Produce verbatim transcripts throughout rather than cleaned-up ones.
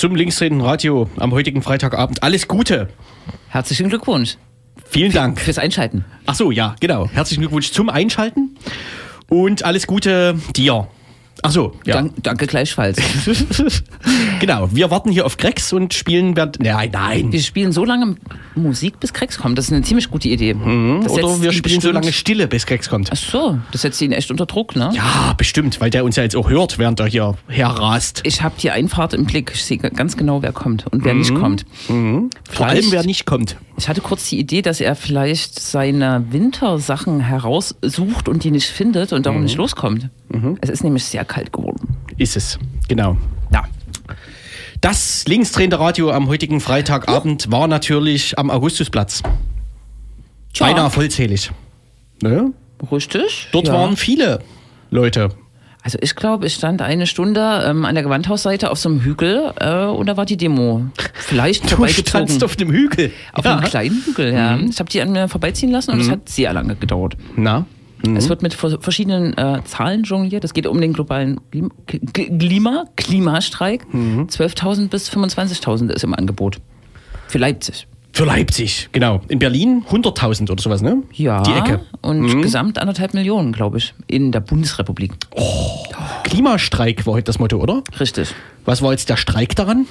zum linksdrehenden Radio am heutigen Freitagabend. Alles Gute. Herzlichen Glückwunsch. Vielen Dank. Fürs Einschalten. Ach so, ja, genau. Herzlichen Glückwunsch zum Einschalten und alles Gute dir. Ach so, ja. Dank, danke gleichfalls. Genau, wir warten hier auf Grex und spielen... Während, nein, nein. Wir spielen so lange Musik, bis Grex kommt. Das ist eine ziemlich gute Idee. Mhm, oder wir spielen so lange Stille, bis Grex kommt. Ach so, das setzt ihn echt unter Druck, ne? Ja, bestimmt, weil der uns ja jetzt auch hört, während er hier herrast. Ich habe die Einfahrt im Blick. Ich sehe ganz genau, wer kommt und wer mhm. nicht kommt. Mhm. Vor allem, wer nicht kommt. Ich hatte kurz die Idee, dass er vielleicht seine Wintersachen heraussucht und die nicht findet und darum mhm. nicht loskommt. Mhm. Es ist nämlich sehr kalt geworden. Ist es, genau. Ja. Das linksdrehende Radio am heutigen Freitagabend war natürlich am Augustusplatz. Tja. Beinahe vollzählig. Ne? Richtig. Dort ja. waren viele Leute. Also ich glaube, ich stand eine Stunde ähm, an der Gewandhausseite auf so einem Hügel äh, und da war die Demo. Vielleicht du vorbeigezogen. standst auf dem Hügel? Auf ja. einem kleinen Hügel, ja. Mhm. Ich habe die an mir vorbeiziehen lassen und es mhm. hat sehr lange gedauert. Na? Mhm. Es wird mit verschiedenen äh, Zahlen jongliert. Es geht um den globalen Klima, Klimastreik. Mhm. zwölftausend bis fünfundzwanzigtausend ist im Angebot. Für Leipzig. Für Leipzig, genau. In Berlin hunderttausend oder sowas, ne? Ja. Die Ecke. Und mhm. gesamt anderthalb Millionen, glaube ich, in der Bundesrepublik. Oh, Klimastreik war heute das Motto, oder? Richtig. Was war jetzt der Streik daran?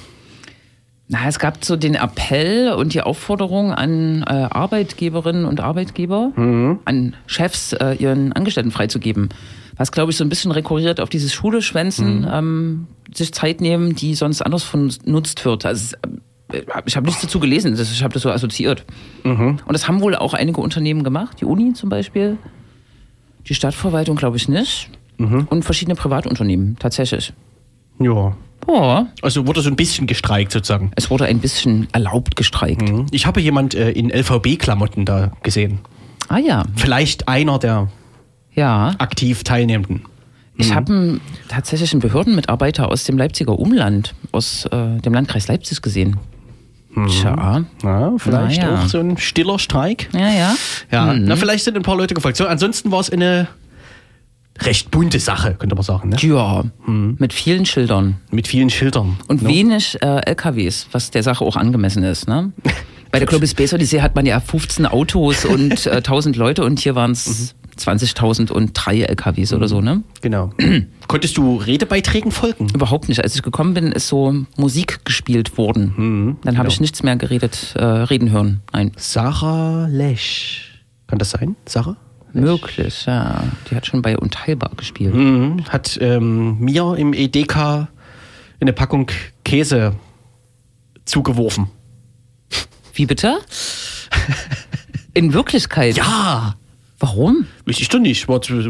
Na, es gab so den Appell und die Aufforderung an äh, Arbeitgeberinnen und Arbeitgeber, mhm. an Chefs, äh, ihren Angestellten freizugeben. Was, glaube ich, so ein bisschen rekurriert auf dieses Schuleschwänzen, mhm. ähm, sich Zeit nehmen, die sonst anders genutzt wird. Also, ich habe nichts dazu gelesen, ich habe das so assoziiert. Mhm. Und das haben wohl auch einige Unternehmen gemacht, die Uni zum Beispiel, die Stadtverwaltung glaube ich nicht mhm. und verschiedene Privatunternehmen, tatsächlich. Ja. Oh. Also wurde so ein bisschen gestreikt sozusagen. Es wurde ein bisschen erlaubt gestreikt. Mhm. Ich habe jemand äh, in L V B-Klamotten da gesehen. Ah ja. Vielleicht einer der ja. aktiv Teilnehmenden. Ich mhm. habe einen, tatsächlich einen Behördenmitarbeiter aus dem Leipziger Umland, aus äh, dem Landkreis Leipzig gesehen. Mhm. Tja. Ja, vielleicht ja. auch so ein stiller Streik. Ja, ja. Ja, mhm. na, vielleicht sind ein paar Leute gefolgt. So, ansonsten war es eine recht bunte Sache, könnte man sagen. Ne? Ja, mhm. mit vielen Schildern. Mit vielen Schildern. Und no? wenig äh, L K Ws, was der Sache auch angemessen ist. Ne? Bei der Global Space Odyssey hat man ja fünfzehn Autos und äh, tausend Leute und hier waren es mhm. zwanzigtausend und drei L K Ws mhm. oder so. Ne? Genau. Konntest du Redebeiträgen folgen? Überhaupt nicht. Als ich gekommen bin, ist so Musik gespielt worden. Mhm. Dann habe genau. ich nichts mehr geredet, äh, reden hören. Nein. Sarah Lesch. Kann das sein? Sarah? Möglich, ja. Die hat schon bei Unteilbar gespielt. Mhm. Hat ähm, mir im E D K eine Packung Käse zugeworfen. Wie bitte? In Wirklichkeit? Ja. Warum? Weiß ich doch nicht.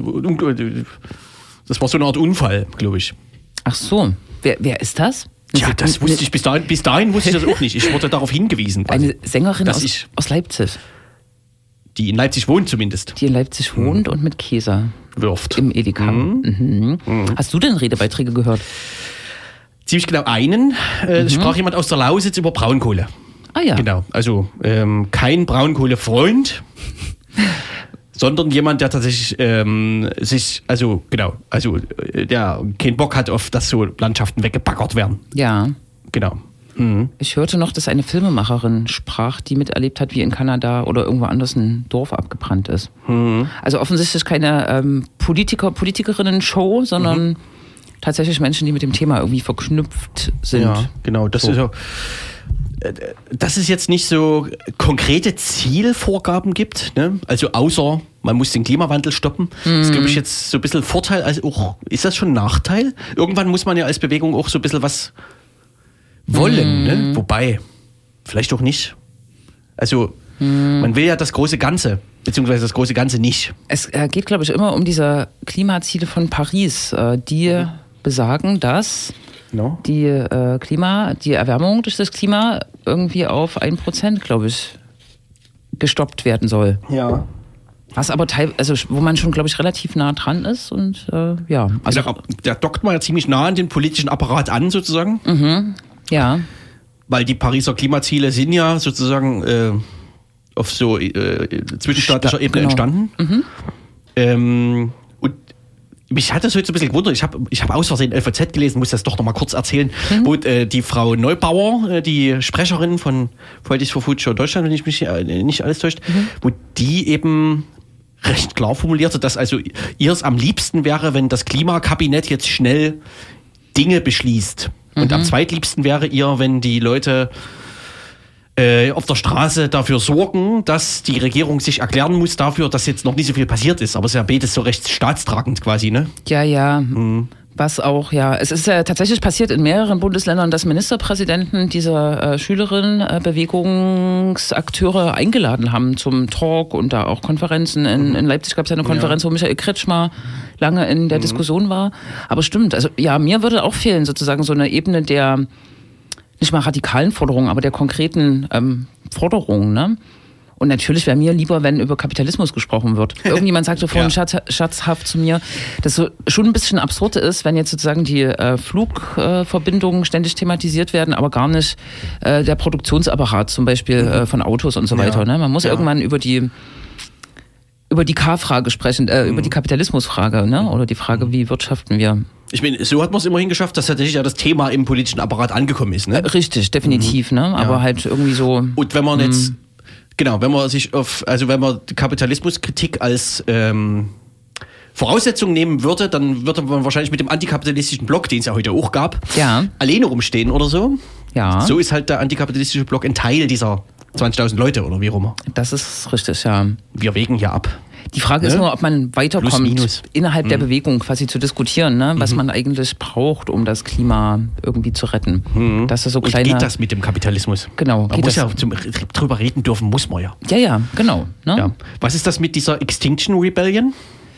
Das war so eine Art Unfall, glaube ich. Ach so. Wer, wer ist das? Tja, das wusste ich bis dahin, bis dahin wusste ich das auch nicht. Ich wurde darauf hingewiesen. Quasi, eine Sängerin aus, ich, aus Leipzig. Die in Leipzig wohnt zumindest. Die in Leipzig wohnt mhm. und mit Käse wirft. Im Edeka. Mhm. Mhm. Mhm. Hast du denn Redebeiträge gehört? Ziemlich genau einen. Äh, mhm. sprach jemand aus der Lausitz über Braunkohle. Ah ja. Genau, also ähm, kein Braunkohlefreund, sondern jemand, der tatsächlich ähm, sich, also genau, also der keinen Bock hat auf, dass so Landschaften weggebaggert werden. Ja. Genau. Mhm. Ich hörte noch, dass eine Filmemacherin sprach, die miterlebt hat, wie in Kanada oder irgendwo anders ein Dorf abgebrannt ist. Mhm. Also offensichtlich keine ähm, Politiker, Politikerinnen-Show, sondern mhm. tatsächlich Menschen, die mit dem Thema irgendwie verknüpft sind. Ja, genau. Das so. ist ja, dass es jetzt nicht so konkrete Zielvorgaben gibt, ne? Also außer man muss den Klimawandel stoppen. Mhm. Das ist, glaube ich, jetzt so ein bisschen Vorteil, also auch, ist das schon ein Nachteil? Irgendwann muss man ja als Bewegung auch so ein bisschen was wollen, mhm. ne? Wobei, vielleicht auch nicht. Also mhm. man will ja das große Ganze, beziehungsweise das große Ganze nicht. Es geht, glaube ich, immer um diese Klimaziele von Paris, die mhm. besagen, dass no. die äh, Klima, die Erwärmung durch das Klima irgendwie auf ein Prozent, glaube ich, gestoppt werden soll. Ja. Was aber teilweise, also wo man schon, glaube ich, relativ nah dran ist und äh, ja. Also da, da dockt man ja ziemlich nah an den politischen Apparat an, sozusagen. Mhm. Ja. Weil die Pariser Klimaziele sind ja sozusagen äh, auf so äh, zwischenstaatlicher Ebene genau. entstanden. Mhm. Ähm, und mich hat das heute so ein bisschen gewundert. Ich habe ich hab aus Versehen L V Z gelesen, muss das doch noch mal kurz erzählen, mhm. wo äh, die Frau Neubauer, äh, die Sprecherin von Fridays for Future Deutschland, wenn ich mich äh, nicht alles täuscht, mhm. wo die eben recht klar formulierte, dass also ihr es am liebsten wäre, wenn das Klimakabinett jetzt schnell Dinge beschließt. Mhm. Und am zweitliebsten wäre ihr, wenn die Leute äh, auf der Straße dafür sorgen, dass die Regierung sich erklären muss dafür, dass jetzt noch nicht so viel passiert ist. Aber es ist ja beides so recht staatstragend quasi, ne? Ja, ja. Mhm. Was auch, ja. Es ist ja tatsächlich passiert in mehreren Bundesländern, dass Ministerpräsidenten diese äh, Schülerinnen-Bewegungsakteure äh, eingeladen haben zum Talk und da auch Konferenzen. In, in Leipzig gab es ja eine Konferenz, ja. wo Michael Kretschmer lange in der mhm. Diskussion war. Aber stimmt, also ja, mir würde auch fehlen sozusagen so eine Ebene der, nicht mal radikalen Forderungen, aber der konkreten ähm, Forderungen, ne? Und natürlich wäre mir lieber, wenn über Kapitalismus gesprochen wird. Irgendjemand sagte vorhin ja. scherz, scherzhaft zu mir, dass so schon ein bisschen absurd ist, wenn jetzt sozusagen die äh, Flugverbindungen äh, ständig thematisiert werden, aber gar nicht äh, der Produktionsapparat zum Beispiel äh, von Autos und so weiter. Ja. Ne? Man muss ja. irgendwann über die über die K-Frage sprechen, äh, mhm. über die Kapitalismusfrage, ne? Oder die Frage, wie wirtschaften wir. Ich meine, so hat man es immerhin geschafft, dass tatsächlich ja das Thema im politischen Apparat angekommen ist. Ne? Richtig, definitiv. Mhm. Ne? Aber ja. halt irgendwie so. Und wenn man jetzt Genau, wenn man sich auf, also wenn man Kapitalismuskritik als ähm, Voraussetzung nehmen würde, dann würde man wahrscheinlich mit dem antikapitalistischen Block, den es ja heute auch gab, ja. alleine rumstehen oder so. Ja. So ist halt der antikapitalistische Block ein Teil dieser zwanzigtausend Leute oder wie auch immer. Das ist richtig, ja. Wir wägen hier ab. Die Frage ne? ist nur, ob man weiterkommt, innerhalb mhm. der Bewegung quasi zu diskutieren, ne? was mhm. man eigentlich braucht, um das Klima irgendwie zu retten. Mhm. Das ist so Und kleine geht das mit dem Kapitalismus? Genau. Man muss ja zum, drüber reden dürfen, muss man ja. Ja, ja, genau. Ne? Ja. Was ist das mit dieser Extinction Rebellion?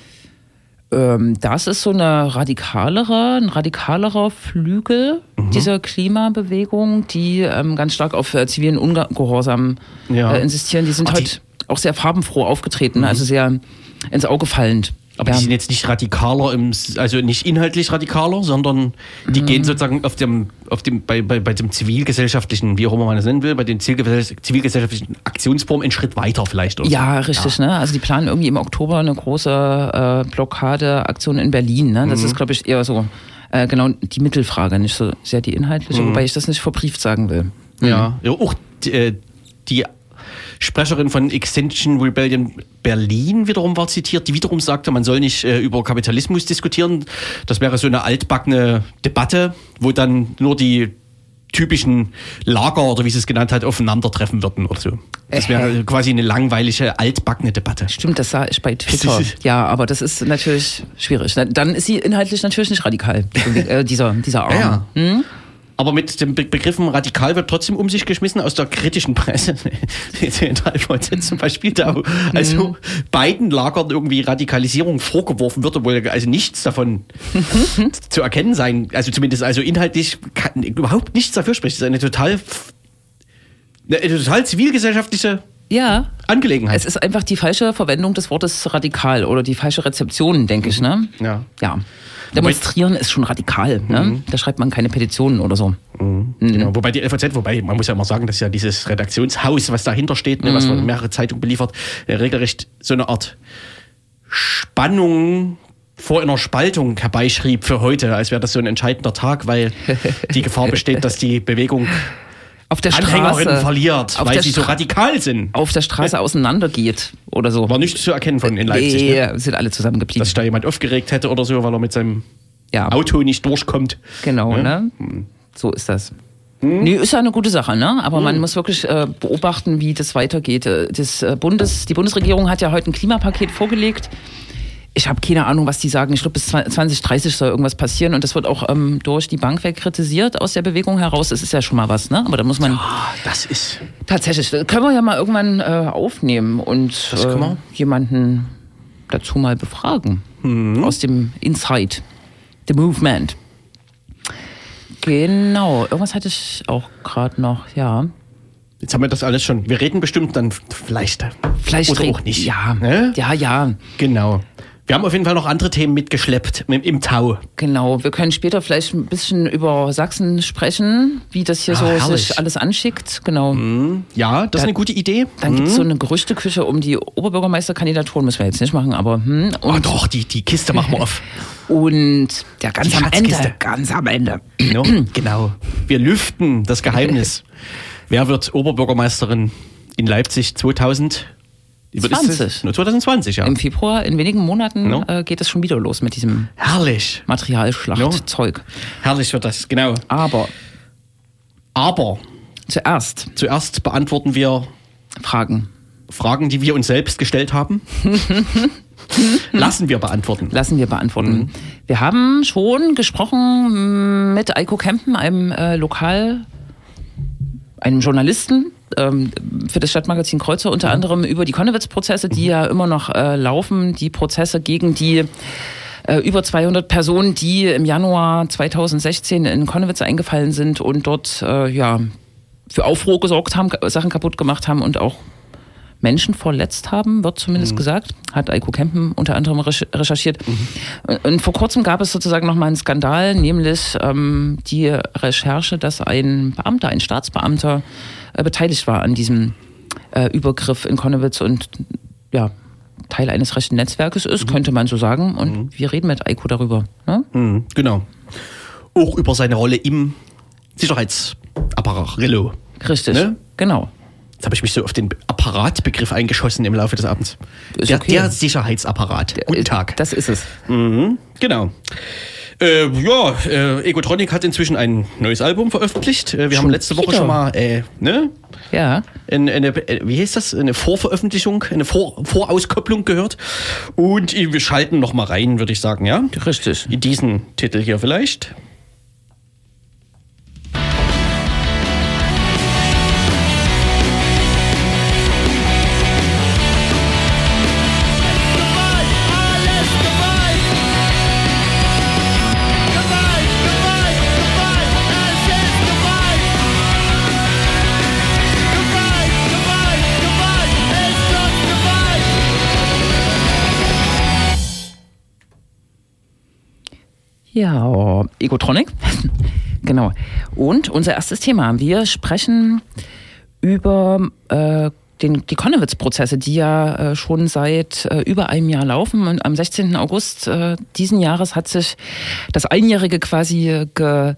Ähm, das ist so eine radikalere, ein radikalerer Flügel mhm. dieser Klimabewegung, die ähm, ganz stark auf äh, zivilen Ungehorsam ja. äh, insistieren. Die sind Ach, heute auch sehr farbenfroh aufgetreten, mhm. also sehr ins Auge fallend. Aber ja. die sind jetzt nicht radikaler, im, also nicht inhaltlich radikaler, sondern die mhm. gehen sozusagen auf dem, auf dem, bei, bei, bei dem zivilgesellschaftlichen, wie auch immer man das nennen will, bei den zivilgesellschaftlichen Aktionsformen einen Schritt weiter vielleicht. Oder ja, so. richtig. Ja. Ne? Also die planen irgendwie im Oktober eine große äh, Blockadeaktion in Berlin. Ne? Das mhm. ist, glaube ich, eher so äh, genau die Mittelfrage, nicht so sehr die inhaltliche, mhm. wobei ich das nicht verbrieft sagen will. Mhm. Ja, ja, auch die, äh, die Sprecherin von Extinction Rebellion Berlin wiederum war zitiert, die wiederum sagte, man soll nicht äh, über Kapitalismus diskutieren. Das wäre so eine altbackene Debatte, wo dann nur die typischen Lager oder wie sie es genannt hat, aufeinandertreffen würden oder so. Das wäre äh. quasi eine langweilige, altbackene Debatte. Stimmt, das sah ich bei Twitter. Ja, aber das ist natürlich schwierig. Dann ist sie inhaltlich natürlich nicht radikal, äh, dieser, dieser Arm. Ja, ja. Hm? Aber mit den Be- Begriffen radikal wird trotzdem um sich geschmissen aus der kritischen Presse. Zum Beispiel da, also mhm. beiden Lagern irgendwie Radikalisierung vorgeworfen wird, obwohl also nichts davon zu erkennen sein, also zumindest also inhaltlich kann, überhaupt nichts dafür spricht. Das ist eine total, eine total zivilgesellschaftliche ja. Angelegenheit. Es ist einfach die falsche Verwendung des Wortes radikal oder die falsche Rezeption, denke mhm. ich. Ne? Ja. Ja. Demonstrieren ist schon radikal. Ne? Mhm. Da schreibt man keine Petitionen oder so. Mhm. Mhm. Genau. Wobei die L V Z, wobei man muss ja immer sagen, dass ja dieses Redaktionshaus, was dahinter steht, ne, was mhm. mehrere Zeitungen beliefert, regelrecht so eine Art Spannung vor einer Spaltung herbeischrieb für heute, als wäre das so ein entscheidender Tag, weil die Gefahr besteht, dass die Bewegung auf der Anhängerinnen Straße verliert, weil sie so radikal sind. Auf der Straße auseinandergeht oder so. War nicht zu erkennen von in Leipzig. Nee, ne? Sind alle zusammengeblieben. Dass sich da jemand aufgeregt hätte oder so, weil er mit seinem ja. Auto nicht durchkommt. Genau, ja? ne? Hm. So ist das. Hm? Nee, ist ja eine gute Sache, ne? Aber hm. man muss wirklich äh, beobachten, wie das weitergeht. Das, äh, Bundes, die Bundesregierung hat ja heute ein Klimapaket vorgelegt. Ich habe keine Ahnung, was die sagen. Ich glaube, bis zwanzig dreißig soll irgendwas passieren. Und das wird auch ähm, durch die Bank weg kritisiert aus der Bewegung heraus. Das ist ja schon mal was, ne? Aber da muss man... Ja, das ist... Tatsächlich, das können wir ja mal irgendwann äh, aufnehmen und äh, jemanden dazu mal befragen. Mhm. Aus dem Inside, the Movement. Genau, irgendwas hatte ich auch gerade noch, ja. Jetzt haben wir das alles schon. Wir reden bestimmt dann vielleicht. Vielleicht oder red- auch nicht. Ja, ne? ja, ja. Genau. Wir haben auf jeden Fall noch andere Themen mitgeschleppt im, im Tau. Genau, wir können später vielleicht ein bisschen über Sachsen sprechen, wie das hier ah, so herrlich. sich alles anschickt. Genau. Mm, ja, das da, ist eine gute Idee. Dann mm. gibt es mm. so eine Gerüchteküche um die Oberbürgermeisterkandidaturen, müssen wir jetzt nicht machen, aber... Hm, und oh doch, die, die Kiste machen wir auf. Und der ganz die am Ende, ganz am Ende. No, genau. Wir lüften das Geheimnis. Wer wird Oberbürgermeisterin in Leipzig zweitausend? zwanzig. zwanzig zwanzig, ja. Im Februar, in wenigen Monaten, no. äh, geht es schon wieder los mit diesem Herrlich. Materialschlachtzeug. No. Herrlich wird das, genau. Aber. Aber. Zuerst. Zuerst beantworten wir Fragen. Fragen, die wir uns selbst gestellt haben. Lassen wir beantworten. Lassen wir beantworten. Mhm. Wir haben schon gesprochen mit Eiko Kempen, einem äh, Lokal, einem Journalisten, für das Stadtmagazin Kreuzer unter anderem über die Konnewitz-Prozesse, die ja immer noch äh, laufen, die Prozesse gegen die äh, über zweihundert Personen, die im Januar zweitausendsechzehn in Konnewitz eingefallen sind und dort äh, ja, für Aufruhr gesorgt haben, Sachen kaputt gemacht haben und auch Menschen verletzt haben, wird zumindest mhm. gesagt, hat Eiko Kempen unter anderem recherchiert. Mhm. Und vor kurzem gab es sozusagen nochmal einen Skandal, nämlich ähm, die Recherche, dass ein Beamter, ein Staatsbeamter äh, beteiligt war an diesem äh, Übergriff in Konnewitz und ja, Teil eines rechten Netzwerkes ist, mhm. könnte man so sagen. Und mhm. wir reden mit Eiko darüber. Ne? Mhm, genau. Auch über seine Rolle im Sicherheitsapparat, Rillo. Richtig, ne? Genau. Jetzt habe ich mich so auf den Apparatbegriff eingeschossen im Laufe des Abends. Der, okay. der Sicherheitsapparat. Der, Guten Tag. Das ist es. Mhm, genau. Äh, ja, äh, Egotronic hat inzwischen ein neues Album veröffentlicht. Äh, wir schon haben letzte Woche wieder. schon mal, äh, ne? Ja. Eine, eine, wie heißt das? Eine Vorveröffentlichung, eine Vor Vorauskopplung gehört. Und wir schalten noch mal rein, würde ich sagen, ja? Richtig. In diesen Titel hier vielleicht. Ja, Egotronic, genau. Und unser erstes Thema. Wir sprechen über äh, den, die Konnewitz-Prozesse, die ja äh, schon seit äh, über einem Jahr laufen. Und am sechzehnten August äh, diesen Jahres hat sich das Einjährige quasi ge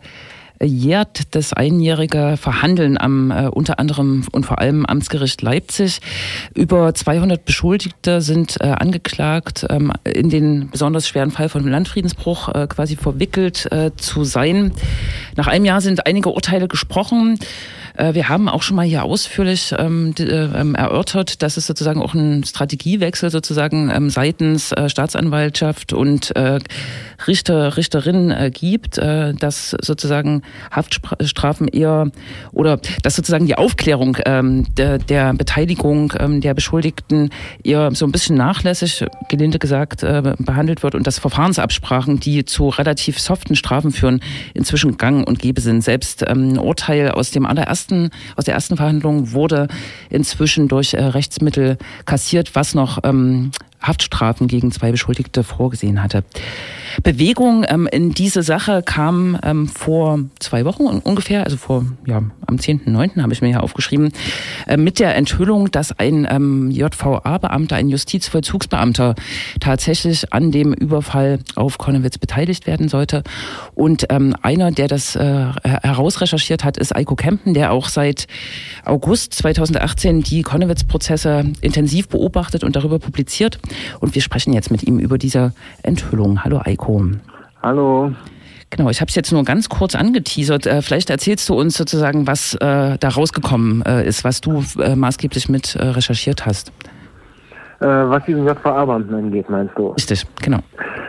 jährt das einjährige Verhandeln am äh, unter anderem und vor allem Amtsgericht Leipzig. Über zweihundert Beschuldigte sind äh, angeklagt, ähm, in den besonders schweren Fall von Landfriedensbruch äh, quasi verwickelt äh, zu sein. Nach einem Jahr sind einige Urteile gesprochen. Äh, wir haben auch schon mal hier ausführlich ähm, d- äh, erörtert, dass es sozusagen auch einen Strategiewechsel sozusagen ähm, seitens äh, Staatsanwaltschaft und äh, Richter, Richterinnen äh, gibt, äh, dass sozusagen Haftstrafen eher oder dass sozusagen die Aufklärung ähm, der, der Beteiligung ähm, der Beschuldigten eher so ein bisschen nachlässig, gelinde gesagt, äh, behandelt wird und dass Verfahrensabsprachen, die zu relativ soften Strafen führen, inzwischen gang und gäbe sind. Selbst ähm, ein Urteil aus dem allerersten, aus der ersten Verhandlung wurde inzwischen durch äh, Rechtsmittel kassiert, was noch ähm, Haftstrafen gegen zwei Beschuldigte vorgesehen hatte. Bewegung ähm, in diese Sache kam ähm, vor zwei Wochen ungefähr, also vor ja am zehnten neunten habe ich mir ja aufgeschrieben, äh, mit der Enthüllung, dass ein ähm, J V A-Beamter, ein Justizvollzugsbeamter tatsächlich an dem Überfall auf Konnewitz beteiligt werden sollte. Und ähm, einer, der das äh, herausrecherchiert hat, ist Eiko Kempen, der auch seit August zweitausendachtzehn die Konnewitz-Prozesse intensiv beobachtet und darüber publiziert. Und wir sprechen jetzt mit ihm über diese Enthüllung. Hallo Eiko. Hallo. Genau, ich habe es jetzt nur ganz kurz angeteasert. Äh, vielleicht erzählst du uns sozusagen, was äh, da rausgekommen äh, ist, was du äh, maßgeblich mit äh, recherchiert hast. Äh, was diesen J V A-Beamten angeht, meinst du? Richtig, genau.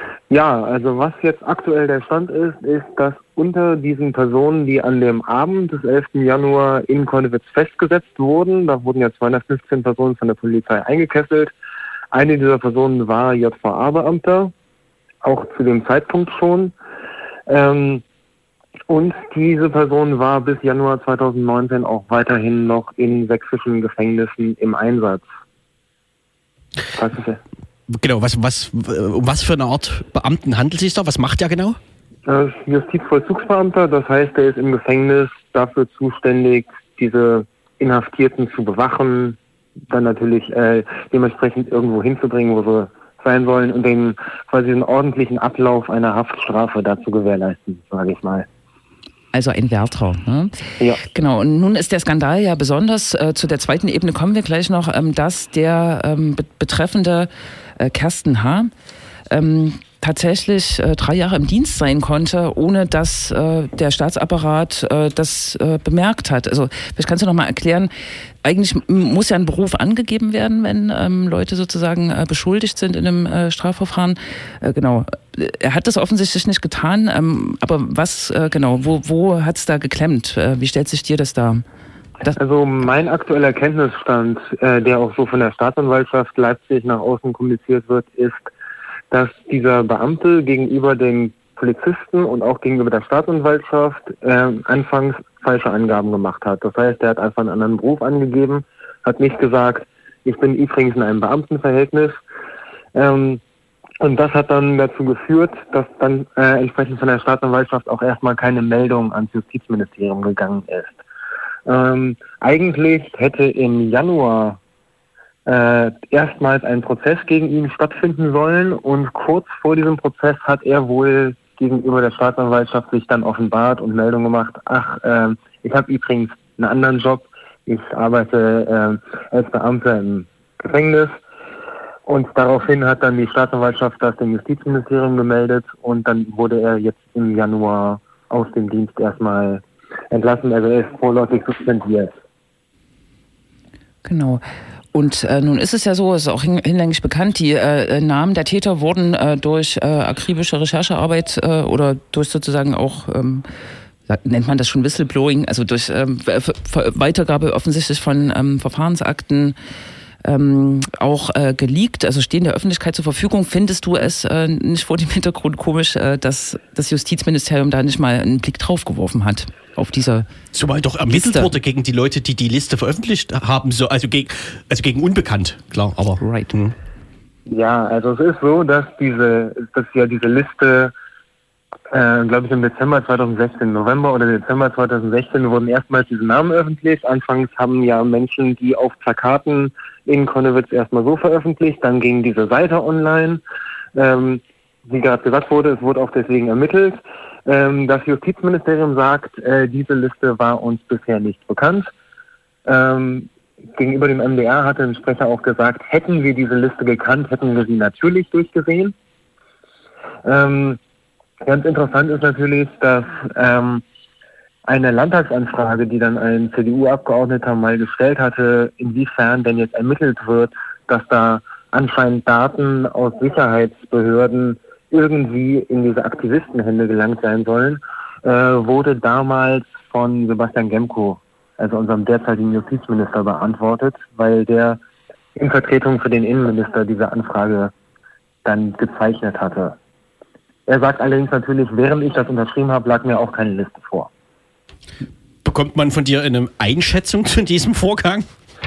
Ja, also was jetzt aktuell der Stand ist, ist, dass unter diesen Personen, die an dem Abend des elften Januar in Konnewitz festgesetzt wurden, da wurden ja zweihundertfünfzehn Personen von der Polizei eingekesselt. Eine dieser Personen war J V A-Beamter, auch zu dem Zeitpunkt schon. Ähm, und diese Person war bis Januar zweitausendneunzehn auch weiterhin noch in sächsischen Gefängnissen im Einsatz. Was ist das? genau, was, was, um was für eine Art Beamten handelt es sich da? Was macht der genau? Er ist Justizvollzugsbeamter, das heißt, er ist im Gefängnis dafür zuständig, diese Inhaftierten zu bewachen, dann natürlich äh, dementsprechend irgendwo hinzubringen, wo sie sein sollen und den quasi den ordentlichen Ablauf einer Haftstrafe dazu gewährleisten, sage ich mal. Also ein Wärter. Ne? Ja. Genau, und nun ist der Skandal ja besonders, äh, zu der zweiten Ebene kommen wir gleich noch, ähm, dass der ähm, be- betreffende äh, Kersten H. Ähm, tatsächlich äh, drei Jahre im Dienst sein konnte, ohne dass äh, der Staatsapparat äh, das äh, bemerkt hat. Also vielleicht kannst du noch mal erklären, eigentlich muss ja ein Beruf angegeben werden, wenn ähm, Leute sozusagen äh, beschuldigt sind in einem äh, Strafverfahren. Äh, genau, er hat das offensichtlich nicht getan, ähm, aber was äh, genau, wo, wo hat es da geklemmt? Äh, wie stellt sich dir das dar? Das Also mein aktueller Kenntnisstand, äh, der auch so von der Staatsanwaltschaft Leipzig nach außen kommuniziert wird, ist, dass dieser Beamte gegenüber den Polizisten und auch gegenüber der Staatsanwaltschaft äh, anfangs falsche Angaben gemacht hat. Das heißt, er hat einfach einen anderen Beruf angegeben, hat nicht gesagt, ich bin übrigens in einem Beamtenverhältnis. Ähm, und das hat dann dazu geführt, dass dann äh, entsprechend von der Staatsanwaltschaft auch erstmal keine Meldung ans Justizministerium gegangen ist. Ähm, eigentlich hätte im Januar Äh, erstmals ein Prozess gegen ihn stattfinden sollen und kurz vor diesem Prozess hat er wohl gegenüber der Staatsanwaltschaft sich dann offenbart und Meldung gemacht, ach, äh, ich habe übrigens einen anderen Job, ich arbeite äh, als Beamter im Gefängnis und daraufhin hat dann die Staatsanwaltschaft das dem Justizministerium gemeldet und dann wurde er jetzt im Januar aus dem Dienst erstmal entlassen, also er ist vorläufig suspendiert. Genau. Und äh, nun ist es ja so, es ist auch hin, hinlänglich bekannt, die äh, Namen der Täter wurden äh, durch äh, akribische Recherchearbeit äh, oder durch sozusagen auch, ähm, nennt man das schon Whistleblowing, also durch ähm, Ver- Ver- Weitergabe offensichtlich von ähm, Verfahrensakten ähm, auch äh, geleakt, also stehen der Öffentlichkeit zur Verfügung. Findest du es äh, nicht vor dem Hintergrund komisch, äh, dass das Justizministerium da nicht mal einen Blick drauf geworfen hat? Auf dieser Zumal doch ermittelt Liste wurde gegen die Leute, die die Liste veröffentlicht haben, so, also, gegen, also gegen Unbekannt, klar, aber... Right. Hm. Ja, also es ist so, dass diese, dass ja diese Liste, äh, glaube ich im Dezember zweitausendsechzehn, November oder Dezember zweitausendsechzehn wurden erstmals diese Namen öffentlich. Anfangs haben ja Menschen die auf Plakaten in Connewitz erstmal so veröffentlicht, dann ging diese Seite online. Ähm, wie gerade gesagt wurde, es wurde auch deswegen ermittelt. Ähm, das Justizministerium sagt, äh, diese Liste war uns bisher nicht bekannt. Ähm, gegenüber dem M D R hatte ein Sprecher auch gesagt, hätten wir diese Liste gekannt, hätten wir sie natürlich durchgesehen. Ähm, ganz interessant ist natürlich, dass ähm, eine Landtagsanfrage, die dann ein C D U-Abgeordneter mal gestellt hatte, inwiefern denn jetzt ermittelt wird, dass da anscheinend Daten aus Sicherheitsbehörden irgendwie in diese Aktivistenhände gelangt sein sollen, äh, wurde damals von Sebastian Gemko, also unserem derzeitigen Justizminister, beantwortet, weil der in Vertretung für den Innenminister diese Anfrage dann gezeichnet hatte. Er sagt allerdings natürlich, während ich das unterschrieben habe, lag mir auch keine Liste vor. Bekommt man von dir eine Einschätzung zu diesem Vorgang?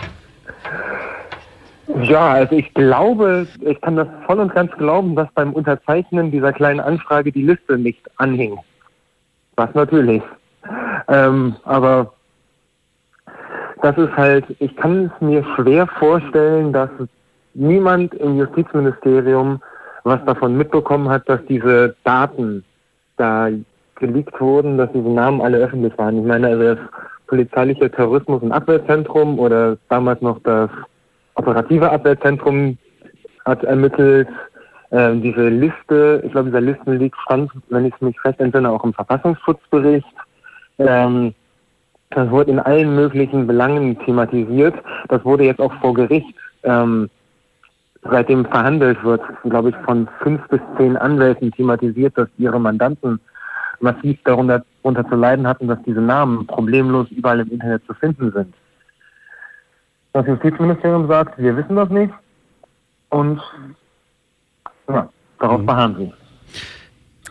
Ja, also ich glaube, ich kann das voll und ganz glauben, dass beim Unterzeichnen dieser kleinen Anfrage die Liste nicht anhing. Was natürlich. Ähm, aber das ist halt, ich kann es mir schwer vorstellen, dass niemand im Justizministerium was davon mitbekommen hat, dass diese Daten da geleakt wurden, dass diese Namen alle öffentlich waren. Ich meine, also das polizeiliche Terrorismus- und Abwehrzentrum oder damals noch das operative Abwehrzentrum hat ermittelt. Äh, diese Liste, ich glaube, dieser Listenleak stand, wenn ich mich recht entsinne, auch im Verfassungsschutzbericht. Ähm, das wurde in allen möglichen Belangen thematisiert. Das wurde jetzt auch vor Gericht, ähm, seitdem verhandelt wird, glaube ich, von fünf bis zehn Anwälten thematisiert, dass ihre Mandanten massiv darunter, darunter zu leiden hatten, dass diese Namen problemlos überall im Internet zu finden sind. Das Justizministerium sagt, wir wissen das nicht und ja, darauf mhm. beharren sie.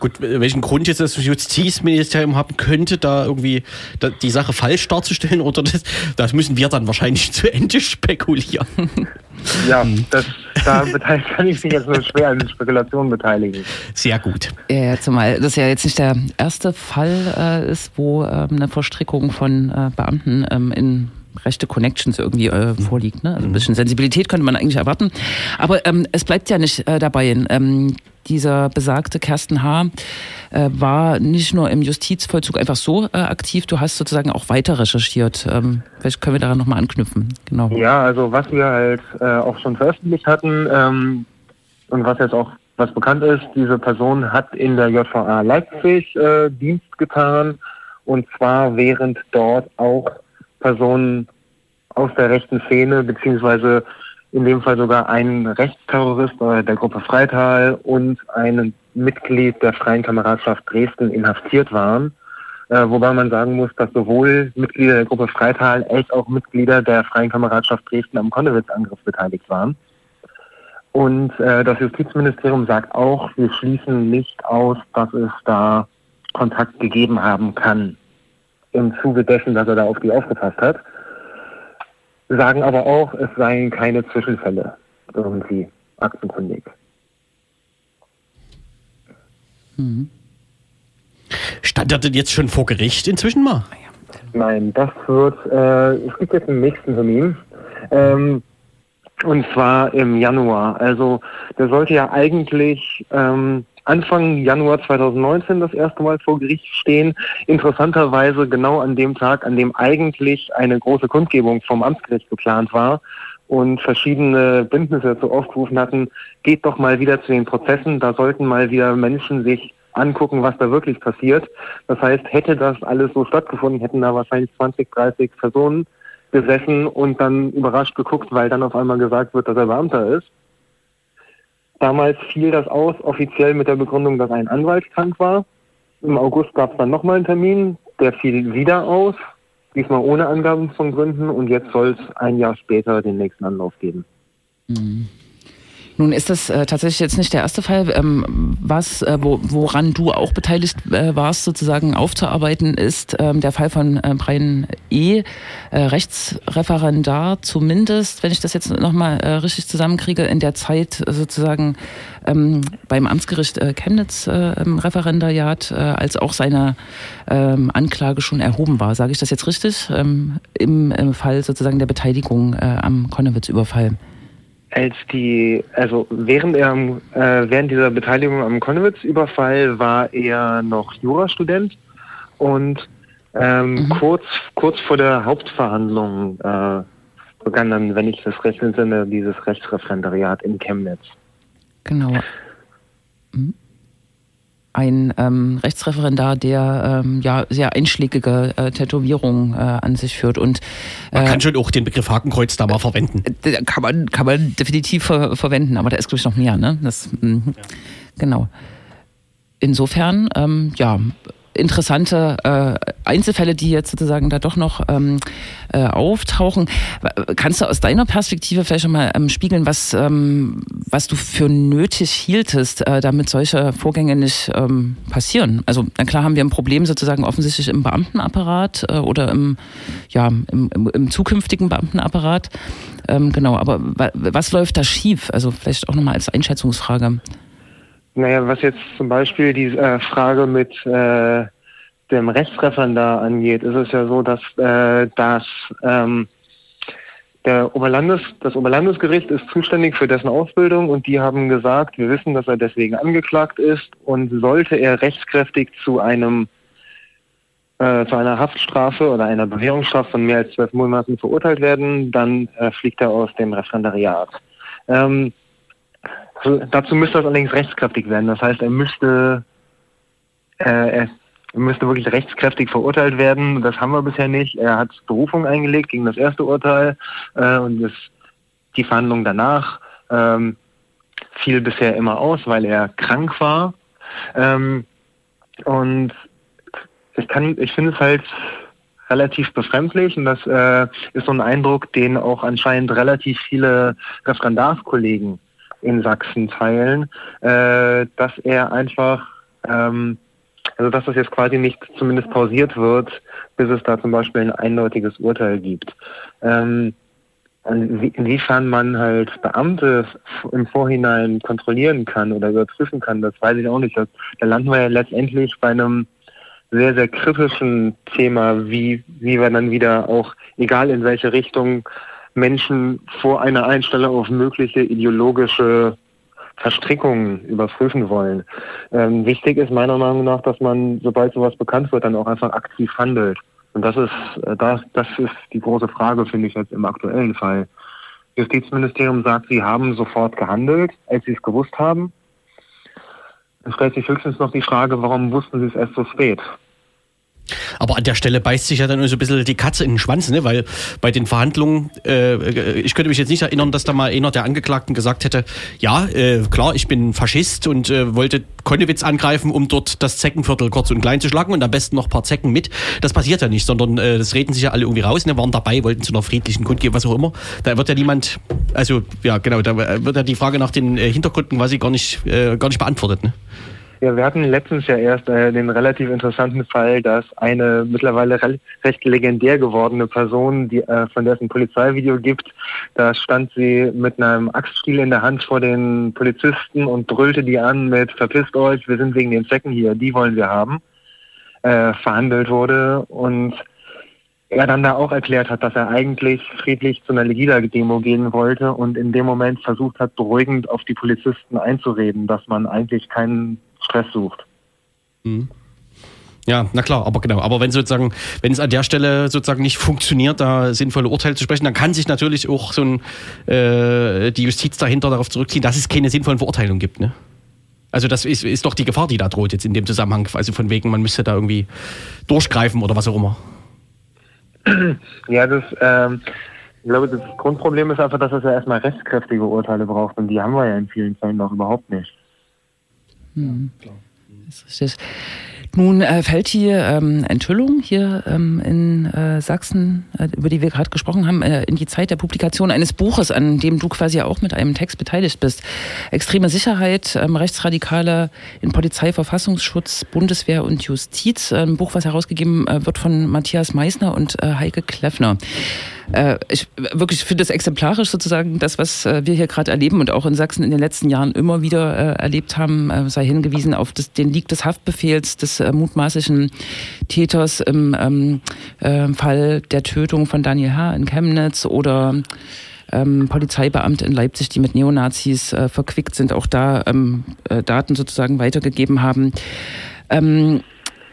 Gut, welchen Grund jetzt das Justizministerium haben könnte, da irgendwie da die Sache falsch darzustellen, oder das, das müssen wir dann wahrscheinlich zu Ende spekulieren. Ja, das, da beteiligt, kann ich mich jetzt nur schwer an Spekulationen beteiligen. Sehr gut. Ja, ja, zumal das ja jetzt nicht der erste Fall äh, ist, wo ähm, eine Verstrickung von äh, Beamten ähm, in rechte Connections irgendwie äh, vorliegt. Ne? Also ein bisschen Sensibilität könnte man eigentlich erwarten. Aber ähm, es bleibt ja nicht äh, dabei. Ähm, dieser besagte Kersten H. Äh, war nicht nur im Justizvollzug einfach so äh, aktiv, du hast sozusagen auch weiter recherchiert. Ähm, vielleicht können wir daran nochmal anknüpfen. Genau. Ja, also was wir halt äh, auch schon veröffentlicht hatten ähm, und was jetzt auch was bekannt ist, diese Person hat in der J V A Leipzig äh, Dienst getan, und zwar während dort auch Personen aus der rechten Szene, beziehungsweise in dem Fall sogar ein Rechtsterrorist äh, der Gruppe Freital und ein Mitglied der Freien Kameradschaft Dresden inhaftiert waren. Äh, wobei man sagen muss, dass sowohl Mitglieder der Gruppe Freital als auch Mitglieder der Freien Kameradschaft Dresden am Konnewitz-Angriff beteiligt waren. Und äh, das Justizministerium sagt auch, wir schließen nicht aus, dass es da Kontakt gegeben haben kann im Zuge dessen, dass er da auf die aufgepasst hat. Sagen aber auch, es seien keine Zwischenfälle irgendwie aktenkundig. Mhm. Stand er denn jetzt schon vor Gericht inzwischen mal? Nein, das wird, äh, es gibt jetzt einen nächsten Termin, ähm, und zwar im Januar. Also der sollte ja eigentlich ähm, Anfang Januar zweitausendneunzehn das erste Mal vor Gericht stehen. Interessanterweise genau an dem Tag, an dem eigentlich eine große Kundgebung vom Amtsgericht geplant war und verschiedene Bündnisse dazu aufgerufen hatten, geht doch mal wieder zu den Prozessen, da sollten mal wieder Menschen sich angucken, was da wirklich passiert. Das heißt, hätte das alles so stattgefunden, hätten da wahrscheinlich zwanzig, dreißig Personen gesessen und dann überrascht geguckt, weil dann auf einmal gesagt wird, dass er Beamter ist. Damals fiel das aus, offiziell mit der Begründung, dass ein Anwalt krank war. Im August gab es dann nochmal einen Termin, der fiel wieder aus, diesmal ohne Angaben von Gründen, und jetzt soll es ein Jahr später den nächsten Anlauf geben. Mhm. Nun ist das äh, tatsächlich jetzt nicht der erste Fall. Ähm, was, äh, wo, woran du auch beteiligt äh, warst, sozusagen aufzuarbeiten, ist ähm, der Fall von äh, Brian E., äh, Rechtsreferendar, zumindest, wenn ich das jetzt nochmal äh, richtig zusammenkriege, in der Zeit äh, sozusagen ähm, beim Amtsgericht äh, Chemnitz äh, im Referendariat, äh, als auch seine ähm, Anklage schon erhoben war. Sage ich das jetzt richtig? Ähm, im, im Fall sozusagen der Beteiligung äh, am Konnewitz-Überfall. Als die, also während er, äh, während dieser Beteiligung am Konnewitz-Überfall war er noch Jurastudent, und ähm, mhm. kurz, kurz vor der Hauptverhandlung äh, begann dann, wenn ich das recht entsinne, dieses Rechtsreferendariat in Chemnitz. Genau. Mhm. Ein ähm, Rechtsreferendar, der ähm, ja sehr einschlägige äh, Tätowierungen äh, an sich führt. Und, äh, man kann schon auch den Begriff Hakenkreuz da mal verwenden. Äh, kann man, kann man definitiv ver- verwenden, aber da ist, glaube ich, noch mehr. Ne? Das, mh, ja. Genau. Insofern, ähm, ja, interessante äh, Einzelfälle, die jetzt sozusagen da doch noch ähm, äh, auftauchen. Kannst du aus deiner Perspektive vielleicht schon mal ähm, spiegeln, was, ähm, was du für nötig hieltest, äh, damit solche Vorgänge nicht ähm, passieren? Also na klar haben wir ein Problem sozusagen offensichtlich im Beamtenapparat äh, oder im, ja, im, im, im zukünftigen Beamtenapparat. Ähm, genau, aber wa- was läuft da schief? Also vielleicht auch nochmal als Einschätzungsfrage. Naja, was jetzt zum Beispiel die äh, Frage mit äh, dem Rechtsreferendar angeht, ist es ja so, dass äh, das ähm, der Oberlandes, das Oberlandesgericht ist zuständig für dessen Ausbildung, und die haben gesagt, wir wissen, dass er deswegen angeklagt ist, und sollte er rechtskräftig zu einem äh, zu einer Haftstrafe oder einer Bewährungsstrafe von mehr als zwölf Monaten verurteilt werden, dann äh, fliegt er aus dem Referendariat. Ähm, Also, dazu müsste das allerdings rechtskräftig werden. Das heißt, er müsste, äh, er müsste wirklich rechtskräftig verurteilt werden. Das haben wir bisher nicht. Er hat Berufung eingelegt gegen das erste Urteil äh, und das, die Verhandlung danach ähm, fiel bisher immer aus, weil er krank war. Ähm, und ich kann, ich finde es halt relativ befremdlich, und das äh, ist so ein Eindruck, den auch anscheinend relativ viele Referendarskollegen in Sachsen teilen, äh, dass er einfach Ähm, also dass das jetzt quasi nicht zumindest pausiert wird, bis es da zum Beispiel ein eindeutiges Urteil gibt. Ähm, inwiefern man halt Beamte im Vorhinein kontrollieren kann oder überprüfen kann, das weiß ich auch nicht. Da landen wir ja letztendlich bei einem sehr, sehr kritischen Thema, wie, wie wir dann wieder auch, egal in welche Richtung, Menschen vor einer Einstellung auf mögliche ideologische Verstrickungen überprüfen wollen. Ähm, wichtig ist meiner Meinung nach, dass man, sobald sowas bekannt wird, dann auch einfach aktiv handelt. Und das ist, äh, das, das ist die große Frage, finde ich jetzt im aktuellen Fall. Das Justizministerium sagt, sie haben sofort gehandelt, als sie es gewusst haben. Es stellt sich höchstens noch die Frage, warum wussten sie es erst so spät? Aber an der Stelle beißt sich ja dann so ein bisschen die Katze in den Schwanz, ne? Weil bei den Verhandlungen, äh, ich könnte mich jetzt nicht erinnern, dass da mal einer der Angeklagten gesagt hätte, ja, äh, klar, ich bin Faschist und äh, wollte Konnewitz angreifen, um dort das Zeckenviertel kurz und klein zu schlagen und am besten noch ein paar Zecken mit. Das passiert ja nicht, sondern äh, das reden sich ja alle irgendwie raus, ne? Waren dabei, wollten zu einer friedlichen Kundgebung, was auch immer. Da wird ja niemand, also ja genau, da wird ja die Frage nach den äh, Hintergründen quasi gar nicht, äh, gar nicht beantwortet, ne? Ja, wir hatten letztens ja erst äh, den relativ interessanten Fall, dass eine mittlerweile re- recht legendär gewordene Person, die, äh, von der es ein Polizeivideo gibt, da stand sie mit einem Axtstiel in der Hand vor den Polizisten und brüllte die an mit "Verpisst euch, wir sind wegen den Zecken hier, die wollen wir haben", äh, verhandelt wurde und er dann da auch erklärt hat, dass er eigentlich friedlich zu einer Legida-Demo gehen wollte und in dem Moment versucht hat, beruhigend auf die Polizisten einzureden, dass man eigentlich keinen Stress sucht. Mhm. Ja, na klar, aber genau. Aber wenn sozusagen, wenn es an der Stelle sozusagen nicht funktioniert, da sinnvolle Urteile zu sprechen, dann kann sich natürlich auch so ein, äh, die Justiz dahinter darauf zurückziehen, dass es keine sinnvollen Verurteilungen gibt, ne? Also das ist, ist doch die Gefahr, die da droht jetzt in dem Zusammenhang. Also von wegen, man müsste da irgendwie durchgreifen oder was auch immer. Ja, das, ähm, ich glaube, das Grundproblem ist einfach, dass es ja erstmal rechtskräftige Urteile braucht und die haben wir ja in vielen Fällen noch überhaupt nicht. Hm. Das ist richtig. Nun äh, fällt die ähm, Enthüllung hier ähm, in äh, Sachsen, äh, über die wir gerade gesprochen haben, äh, in die Zeit der Publikation eines Buches, an dem du quasi auch mit einem Text beteiligt bist. Extreme Sicherheit, ähm, Rechtsradikale in Polizei, Verfassungsschutz, Bundeswehr und Justiz. Ein Buch, was herausgegeben äh, wird von Matthias Meissner und äh, Heike Kleffner. Äh, ich wirklich finde es exemplarisch sozusagen, das, was äh, wir hier gerade erleben und auch in Sachsen in den letzten Jahren immer wieder äh, erlebt haben, äh, sei hingewiesen auf das, den Leak des Haftbefehls des äh, mutmaßlichen Täters im ähm, äh, Fall der Tötung von Daniel H. in Chemnitz oder ähm, Polizeibeamte in Leipzig, die mit Neonazis äh, verquickt sind, auch da ähm, äh, Daten sozusagen weitergegeben haben. Ähm,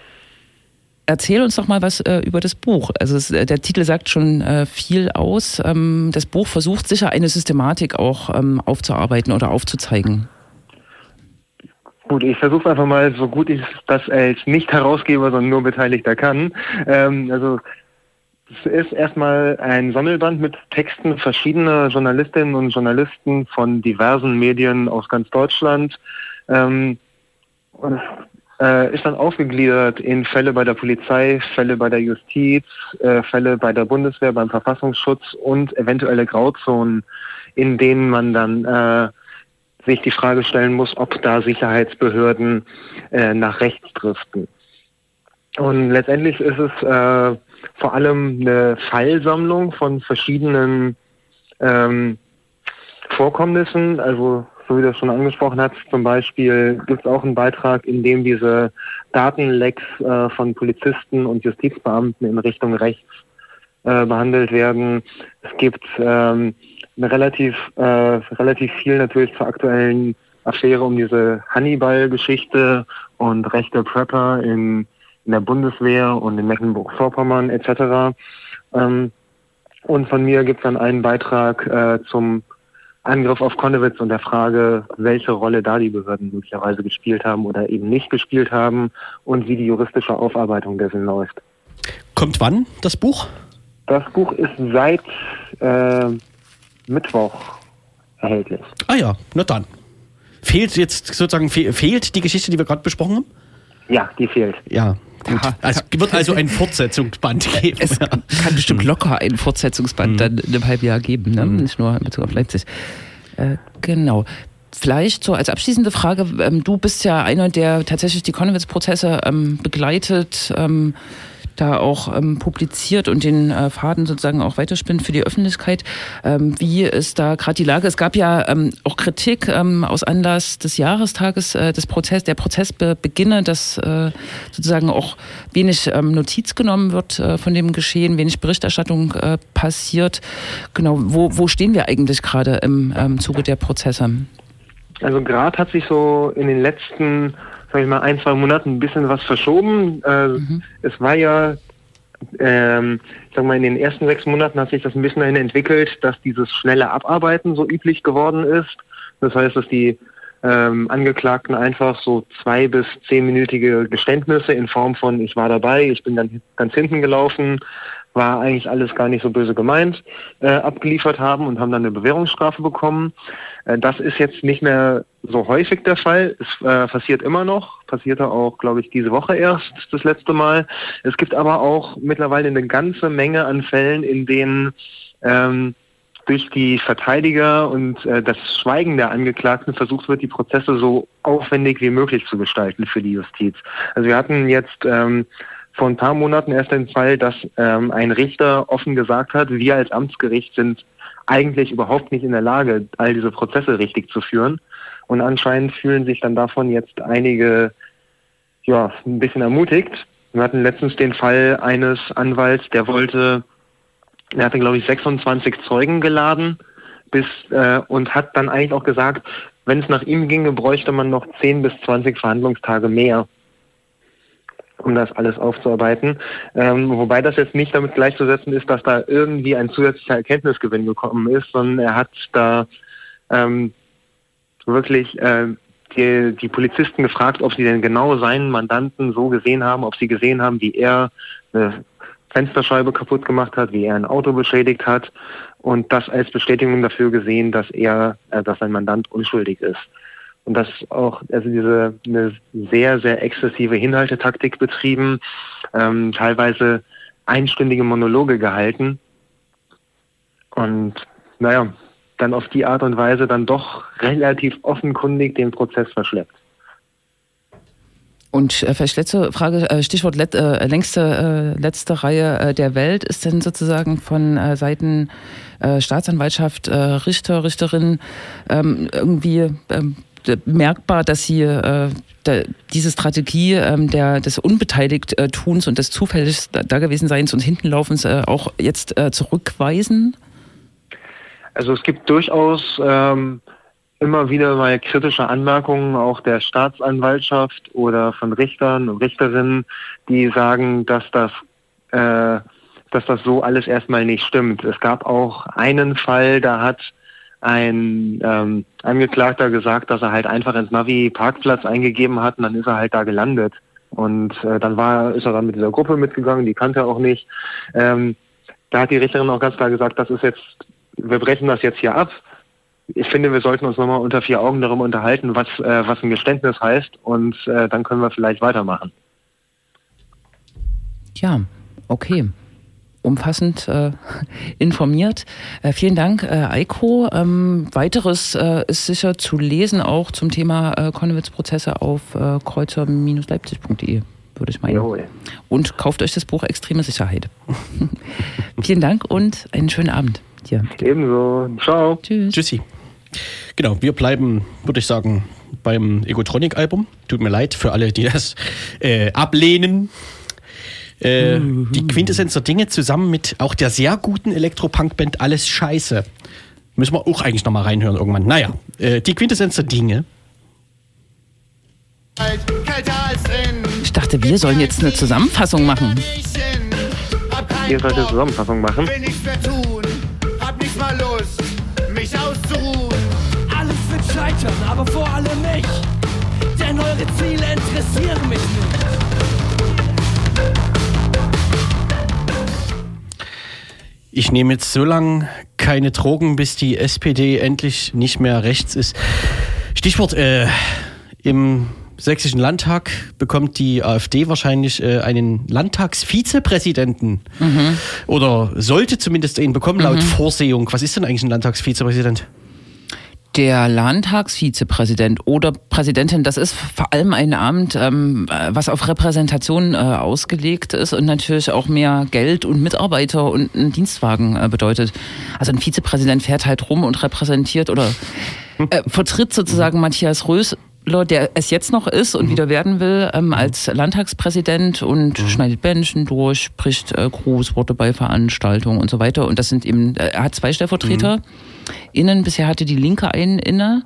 Erzähl uns doch mal was äh, über das Buch. Also es, der Titel sagt schon äh, viel aus. Ähm, das Buch versucht sicher eine Systematik auch ähm, aufzuarbeiten oder aufzuzeigen. Gut, ich versuche einfach mal, so gut ich das als Nicht-Herausgeber, sondern nur Beteiligter kann. Ähm, also es ist erstmal ein Sammelband mit Texten verschiedener Journalistinnen und Journalisten von diversen Medien aus ganz Deutschland. Ähm, und es Äh, ist dann aufgegliedert in Fälle bei der Polizei, Fälle bei der Justiz, äh, Fälle bei der Bundeswehr, beim Verfassungsschutz und eventuelle Grauzonen, in denen man dann äh, sich die Frage stellen muss, ob da Sicherheitsbehörden äh, nach rechts driften. Und letztendlich ist es äh, vor allem eine Fallsammlung von verschiedenen ähm, Vorkommnissen, also so wie du das schon angesprochen hast, zum Beispiel gibt es auch einen Beitrag, in dem diese Datenlecks äh, von Polizisten und Justizbeamten in Richtung rechts äh, behandelt werden. Es gibt ähm, eine relativ, äh, relativ viel natürlich zur aktuellen Affäre um diese Hannibal-Geschichte und rechte Prepper in, in der Bundeswehr und in Mecklenburg-Vorpommern et cetera. Ähm, und von mir gibt es dann einen Beitrag äh, zum Angriff auf Konnewitz und der Frage, welche Rolle da die Behörden möglicherweise gespielt haben oder eben nicht gespielt haben und wie die juristische Aufarbeitung dessen läuft. Kommt wann das Buch? Das Buch ist seit äh, Mittwoch erhältlich. Ah ja, na dann. Fehlt jetzt sozusagen, fe- fehlt die Geschichte, die wir gerade besprochen haben? Ja, die fehlt. Ja, gut. Aha. Also wird also ein Fortsetzungsband geben. Es kann bestimmt locker ein Fortsetzungsband Mhm. dann in einem halben Jahr geben, ne? Mhm. Nicht nur in Bezug auf Leipzig. Äh, genau. Vielleicht so als abschließende Frage, ähm, du bist ja einer, der tatsächlich die Connewitz-Prozesse ähm, begleitet, ähm, da auch ähm, publiziert und den äh, Faden sozusagen auch weiterspinnt für die Öffentlichkeit. Ähm, wie ist da gerade die Lage? Es gab ja ähm, auch Kritik ähm, aus Anlass des Jahrestages äh, des Prozess, der Prozessbeginne, dass äh, sozusagen auch wenig ähm, Notiz genommen wird äh, von dem Geschehen, wenig Berichterstattung äh, passiert. Genau, wo, wo stehen wir eigentlich gerade im ähm, Zuge der Prozesse? Also gerade hat sich so in den letzten, sag ich mal, ein, zwei Monaten ein bisschen was verschoben. Äh, mhm. Es war ja, ähm, ich sag mal, in den ersten sechs Monaten hat sich das ein bisschen dahin entwickelt, dass dieses schnelle Abarbeiten so üblich geworden ist. Das heißt, dass die ähm, Angeklagten einfach so zwei- bis zehnminütige Geständnisse in Form von ich war dabei, ich bin dann ganz hinten gelaufen, war eigentlich alles gar nicht so böse gemeint, äh, abgeliefert haben und haben dann eine Bewährungsstrafe bekommen. Äh, das ist jetzt nicht mehr so häufig der Fall. Es äh, passiert immer noch, passierte auch, glaube ich, diese Woche erst das letzte Mal. Es gibt aber auch mittlerweile eine ganze Menge an Fällen, in denen ähm, durch die Verteidiger und äh, das Schweigen der Angeklagten versucht wird, die Prozesse so aufwendig wie möglich zu gestalten für die Justiz. Also wir hatten jetzt ähm, vor ein paar Monaten erst den Fall, dass ähm, ein Richter offen gesagt hat, wir als Amtsgericht sind eigentlich überhaupt nicht in der Lage, all diese Prozesse richtig zu führen. Und anscheinend fühlen sich dann davon jetzt einige ja ein bisschen ermutigt. Wir hatten letztens den Fall eines Anwalts, der wollte, er hatte glaube ich sechsundzwanzig Zeugen geladen bis äh, und hat dann eigentlich auch gesagt, wenn es nach ihm ginge, bräuchte man noch zehn bis zwanzig Verhandlungstage mehr, um das alles aufzuarbeiten. Ähm, wobei das jetzt nicht damit gleichzusetzen ist, dass da irgendwie ein zusätzlicher Erkenntnisgewinn gekommen ist, sondern er hat da ähm, wirklich äh, die, die Polizisten gefragt, ob sie denn genau seinen Mandanten so gesehen haben, ob sie gesehen haben, wie er eine Fensterscheibe kaputt gemacht hat, wie er ein Auto beschädigt hat und das als Bestätigung dafür gesehen, dass er, äh, dass sein Mandant unschuldig ist. Und das auch, also diese eine sehr, sehr exzessive Hinhaltetaktik betrieben, ähm, teilweise einstündige Monologe gehalten und naja, dann auf die Art und Weise dann doch relativ offenkundig den Prozess verschleppt. Und äh, vielleicht letzte Frage, äh, Stichwort let, äh, längste äh, letzte Reihe äh, der Welt, ist denn sozusagen von äh, Seiten äh, Staatsanwaltschaft, äh, Richter, Richterinnen ähm, irgendwie ähm, merkbar, dass sie äh, da, diese Strategie ähm, der, des Unbeteiligt-Tuns und des zufällig Dagewesenseins und Hintenlaufens äh, auch jetzt äh, zurückweisen? Also es gibt durchaus ähm, immer wieder mal kritische Anmerkungen auch der Staatsanwaltschaft oder von Richtern und Richterinnen, die sagen, dass das, äh, dass das so alles erstmal nicht stimmt. Es gab auch einen Fall, da hat ein ähm, Angeklagter gesagt, dass er halt einfach ins Navi Parkplatz eingegeben hat und dann ist er halt da gelandet. Und äh, dann war, ist er dann mit dieser Gruppe mitgegangen, die kannte er auch nicht. Ähm, da hat die Richterin auch ganz klar gesagt, das ist jetzt, wir brechen das jetzt hier ab. Ich finde, wir sollten uns nochmal unter vier Augen darüber unterhalten, was, äh, was ein Geständnis heißt und äh, dann können wir vielleicht weitermachen. Ja, okay. Umfassend äh, informiert. Äh, vielen Dank, äh, Eiko. Ähm, weiteres äh, ist sicher zu lesen, auch zum Thema äh, Connewitz-Prozesse auf äh, kreuzer Bindestrich leipzig punkt de, würde ich meinen. Jawohl. Und kauft euch das Buch Extreme Sicherheit. Vielen Dank und einen schönen Abend dir. Ebenso. Ciao. Tschüss. Tschüssi. Genau, wir bleiben, würde ich sagen, beim Egotronic-Album. Tut mir leid für alle, die das äh, ablehnen. Äh, die Quintessenz der Dinge zusammen mit auch der sehr guten Elektropunk-Band Alles Scheiße. Müssen wir auch eigentlich nochmal reinhören irgendwann. Naja, äh, die Quintessenz der Dinge. Ich dachte, wir sollen jetzt eine Zusammenfassung machen. Ihr sollt eine Zusammenfassung machen. Will nichts mehr tun, hab nicht mal Lust, mich auszuruhen. Alles wird scheitern, aber vor allem mich. Denn eure Ziele interessieren mich nicht. Ich nehme jetzt so lange keine Drogen, bis die S P D endlich nicht mehr rechts ist. Stichwort, äh, im Sächsischen Landtag bekommt die AfD wahrscheinlich äh, einen Landtagsvizepräsidenten. Mhm. Oder sollte zumindest einen bekommen, laut mhm. Vorsehung. Was ist denn eigentlich ein Landtagsvizepräsident? Der Landtagsvizepräsident oder Präsidentin, das ist vor allem ein Amt, ähm, was auf Repräsentation äh, ausgelegt ist und natürlich auch mehr Geld und Mitarbeiter und einen Dienstwagen äh, bedeutet. Also ein Vizepräsident fährt halt rum und repräsentiert oder äh, vertritt sozusagen Matthias Rösler, der es jetzt noch ist und mhm. wieder werden will, ähm, als Landtagspräsident und mhm. schneidet Menschen durch, spricht äh, Grußworte bei Veranstaltungen und so weiter. Und das sind eben, äh, er hat zwei Stellvertreter. Mhm. Innen, bisher hatte die Linke einen inne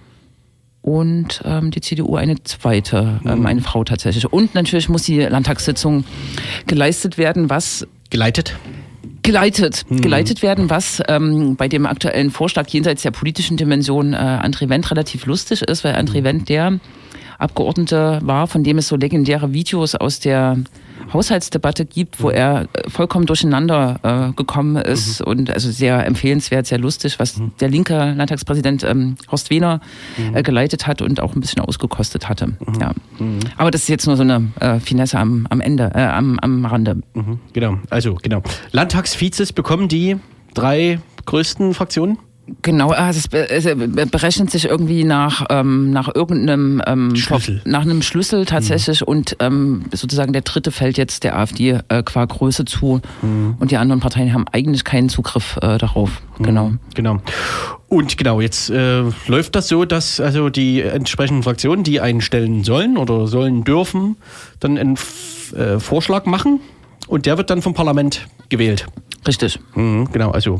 und ähm, die C D U eine zweite, ähm, mhm. eine Frau tatsächlich. Und natürlich muss die Landtagssitzung geleistet werden, was... Geleitet? Geleitet, mhm. geleitet werden, was ähm, bei dem aktuellen Vorschlag jenseits der politischen Dimension äh, André Wendt relativ lustig ist, weil André Wendt der Abgeordnete war, von dem es so legendäre Videos aus der Haushaltsdebatte gibt, wo er vollkommen durcheinander äh, gekommen ist mhm. und also sehr empfehlenswert, sehr lustig, was mhm. der linke Landtagspräsident ähm, Horst Wehner mhm. äh, geleitet hat und auch ein bisschen ausgekostet hatte. Mhm. Ja. Mhm. Aber das ist jetzt nur so eine äh, Finesse am, am Ende, äh, am, am Rande. Mhm. Genau, also genau. Landtagsvizes bekommen die drei größten Fraktionen? Genau, also es berechnet sich irgendwie nach ähm, nach irgendeinem ähm, Schlüssel. nach einem Schlüssel tatsächlich mhm. und ähm, sozusagen der dritte fällt jetzt der AfD äh, qua Größe zu mhm. und die anderen Parteien haben eigentlich keinen Zugriff äh, darauf. Mhm. Genau. Genau. Und genau, jetzt äh, läuft das so, dass also die entsprechenden Fraktionen, die einstellen sollen oder sollen dürfen, dann einen F- äh, Vorschlag machen und der wird dann vom Parlament gewählt. Richtig. Mhm, genau, also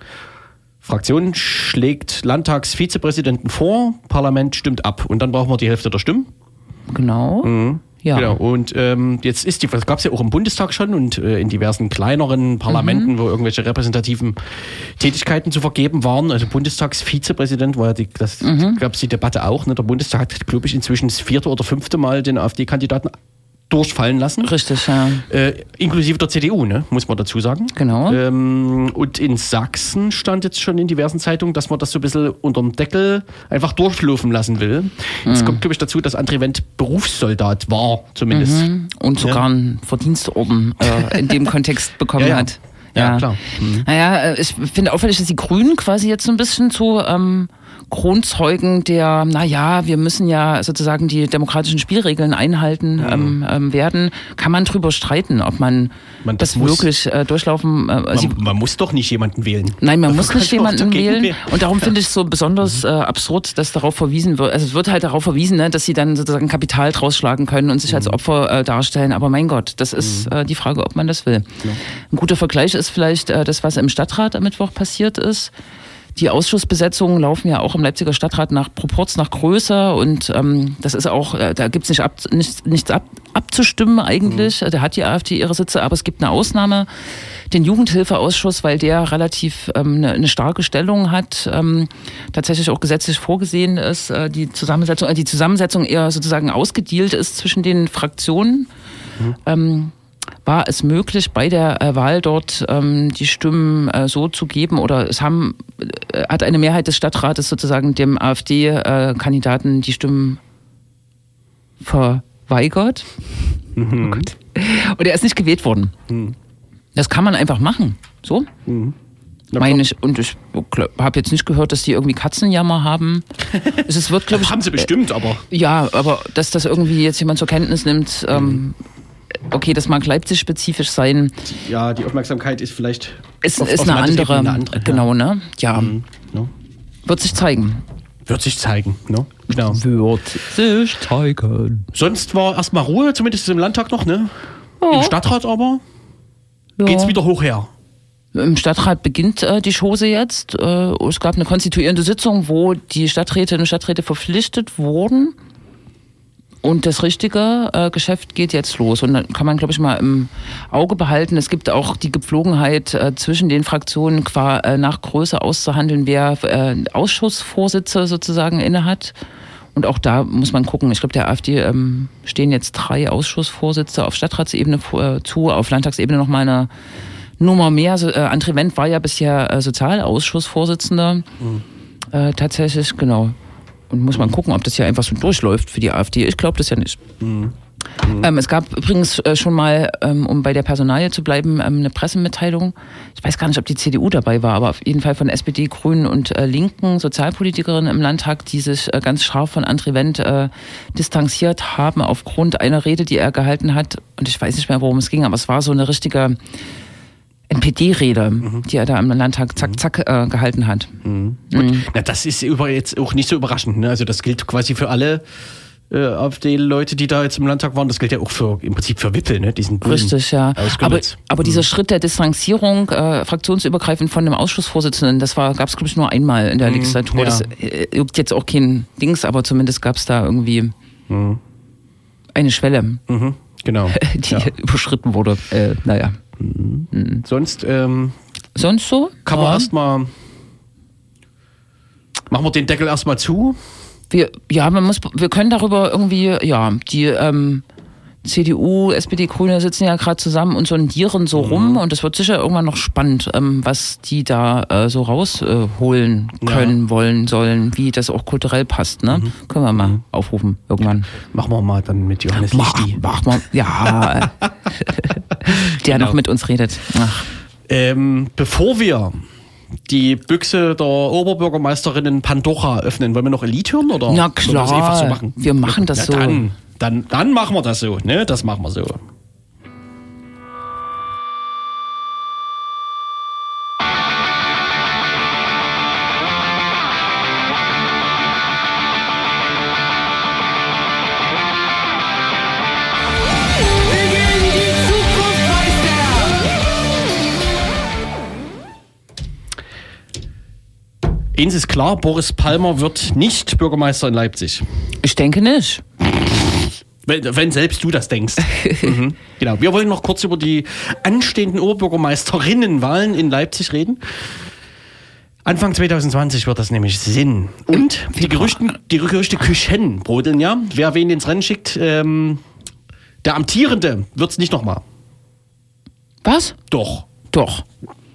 Fraktion schlägt Landtagsvizepräsidenten vor, Parlament stimmt ab und dann brauchen wir die Hälfte der Stimmen. Genau. Mhm. Ja. Genau. Und ähm, jetzt ist die, das gab es ja auch im Bundestag schon und äh, in diversen kleineren Parlamenten, mhm. wo irgendwelche repräsentativen Tätigkeiten zu vergeben waren. Also Bundestagsvizepräsident war ja die, das mhm. gab es die Debatte auch. Ne? Der Bundestag hat, glaube ich, inzwischen das vierte oder fünfte Mal den AfD-Kandidaten durchfallen lassen. Richtig, ja. Äh, inklusive der C D U, ne, muss man dazu sagen. Genau. Ähm, und in Sachsen stand jetzt schon in diversen Zeitungen, dass man das so ein bisschen unterm Deckel einfach durchlaufen lassen will. Es mhm. kommt, glaube ich, dazu, dass André Wendt Berufssoldat war, zumindest. Mhm. Und sogar ja. einen Verdienstorden äh, in dem Kontext bekommen ja, ja. hat. Ja, ja klar. Mhm. Naja, ich finde auffällig, dass die Grünen quasi jetzt so ein bisschen zu ähm, Kronzeugen der, naja, wir müssen ja sozusagen die demokratischen Spielregeln einhalten mhm. ähm, ähm, werden. Kann man drüber streiten, ob man, man das, das muss, wirklich äh, durchlaufen... Äh, man, man muss doch nicht jemanden wählen. Nein, man muss nicht jemanden wählen. wählen. Und darum finde ich es so besonders mhm. äh, absurd, dass darauf verwiesen wird. Also es wird halt darauf verwiesen, ne, dass sie dann sozusagen Kapital draus schlagen können und sich mhm. als Opfer äh, darstellen. Aber mein Gott, das ist mhm. äh, die Frage, ob man das will. Ja. Ein guter Vergleich ist vielleicht äh, das, was im Stadtrat am Mittwoch passiert ist. Die Ausschussbesetzungen laufen ja auch im Leipziger Stadtrat nach Proporz, nach Größe und ähm, das ist auch, äh, da gibt es nicht ab, nicht, nichts ab, abzustimmen eigentlich. Mhm. Da hat die AfD ihre Sitze, aber es gibt eine Ausnahme, den Jugendhilfeausschuss, weil der relativ ähm, eine, eine starke Stellung hat, ähm, tatsächlich auch gesetzlich vorgesehen ist, äh, die Zusammensetzung, äh, die Zusammensetzung eher sozusagen ausgedealt ist zwischen den Fraktionen. Mhm. Ähm, war es möglich, bei der äh, Wahl dort ähm, die Stimmen äh, so zu geben oder es haben, äh, hat eine Mehrheit des Stadtrates sozusagen dem AfD-Kandidaten äh, die Stimmen verweigert. Mhm. Oh Gott. Und er ist nicht gewählt worden. Mhm. Das kann man einfach machen. So? Mhm. Meine ich, und ich habe jetzt nicht gehört, dass die irgendwie Katzenjammer haben. Es wird, glaube ich, haben sie bestimmt, aber. Ja, aber dass das irgendwie jetzt jemand zur Kenntnis nimmt, ähm, okay, das mag Leipzig-spezifisch sein. Ja, die Aufmerksamkeit ist vielleicht ist, auf, ist auf eine, andere, eine andere. Genau, ne? Ja. Mhm. No. Wird sich zeigen. Wird sich zeigen, ne? Genau. Wird sich zeigen. Sonst war erstmal Ruhe, zumindest im Landtag noch, ne? Ja. Im Stadtrat aber ja. geht's wieder hoch her. Im Stadtrat beginnt äh, die Chose jetzt. Äh, es gab eine konstituierende Sitzung, wo die Stadträtinnen und Stadträte verpflichtet wurden. Und das richtige äh, Geschäft geht jetzt los. Und dann kann man, glaube ich, mal im Auge behalten. Es gibt auch die Gepflogenheit, äh, zwischen den Fraktionen qua äh, nach Größe auszuhandeln, wer äh, Ausschussvorsitze sozusagen innehat. Und auch da muss man gucken. Ich glaube, der AfD ähm, stehen jetzt drei Ausschussvorsitze auf Stadtratsebene äh, zu, auf Landtagsebene noch mal eine Nummer mehr. Also, äh, André Wendt war ja bisher äh, Sozialausschussvorsitzender. Mhm. Äh, tatsächlich, genau. Und muss man gucken, ob das hier einfach so durchläuft für die AfD. Ich glaube das ja nicht. Mhm. Mhm. Ähm, es gab übrigens äh, schon mal, ähm, um bei der Personalie zu bleiben, ähm, eine Pressemitteilung. Ich weiß gar nicht, ob die C D U dabei war, aber auf jeden Fall von S P D, Grünen und äh, linken Sozialpolitikerinnen im Landtag, die sich äh, ganz scharf von André Wendt äh, distanziert haben aufgrund einer Rede, die er gehalten hat. Und ich weiß nicht mehr, worum es ging, aber es war so eine richtige N P D-Rede, mhm. die er da im Landtag zack, zack äh, gehalten hat. Mhm. Mhm. Na, das ist über jetzt auch nicht so überraschend. Ne? Also das gilt quasi für alle äh, auf die Leute, die da jetzt im Landtag waren. Das gilt ja auch für im Prinzip für Wippel, ne? Diesen Richtig, ja. Aber, aber mhm. dieser Schritt der Distanzierung, äh, fraktionsübergreifend von dem Ausschussvorsitzenden, das war, gab es glaube ich nur einmal in der mhm. Legislatur. Ja. Das äh, juckt jetzt auch kein Dings, aber zumindest gab es da irgendwie mhm. eine Schwelle, mhm. genau. die ja. überschritten wurde. Äh, naja. Mhm. Mhm. Sonst, ähm, Sonst so? Kann man ja. erstmal. Machen wir den Deckel erstmal zu? Wir, ja, man muss, wir können darüber irgendwie, ja, die ähm, C D U, S P D, Grüne sitzen ja gerade zusammen und sondieren so mhm. rum und es wird sicher irgendwann noch spannend, ähm, was die da äh, so rausholen äh, können, ja. wollen, sollen, wie das auch kulturell passt, ne? Mhm. Können wir mal mhm. aufrufen irgendwann. Machen wir mal dann mit Johannes Lichti. Mach mal, ja. Der genau. noch mit uns redet. Ach. Ähm, bevor wir die Büchse der Oberbürgermeisterinnen Pandora öffnen, wollen wir noch ein Lied hören? Oder na klar, wir, einfach so machen? wir machen das ja, so. Dann, dann, dann machen wir das so, ne? Das machen wir so. Eins ist klar, Boris Palmer wird nicht Bürgermeister in Leipzig. Ich denke nicht. Wenn, wenn selbst du das denkst. mhm. Genau. Wir wollen noch kurz über die anstehenden Oberbürgermeisterinnenwahlen in Leipzig reden. Anfang zwanzig zwanzig wird das nämlich Sinn. Und die Gerüchte, die Gerüchte Küchen brodeln ja. Wer wen ins Rennen schickt, ähm, der Amtierende wird es nicht nochmal. Was? Doch. Doch.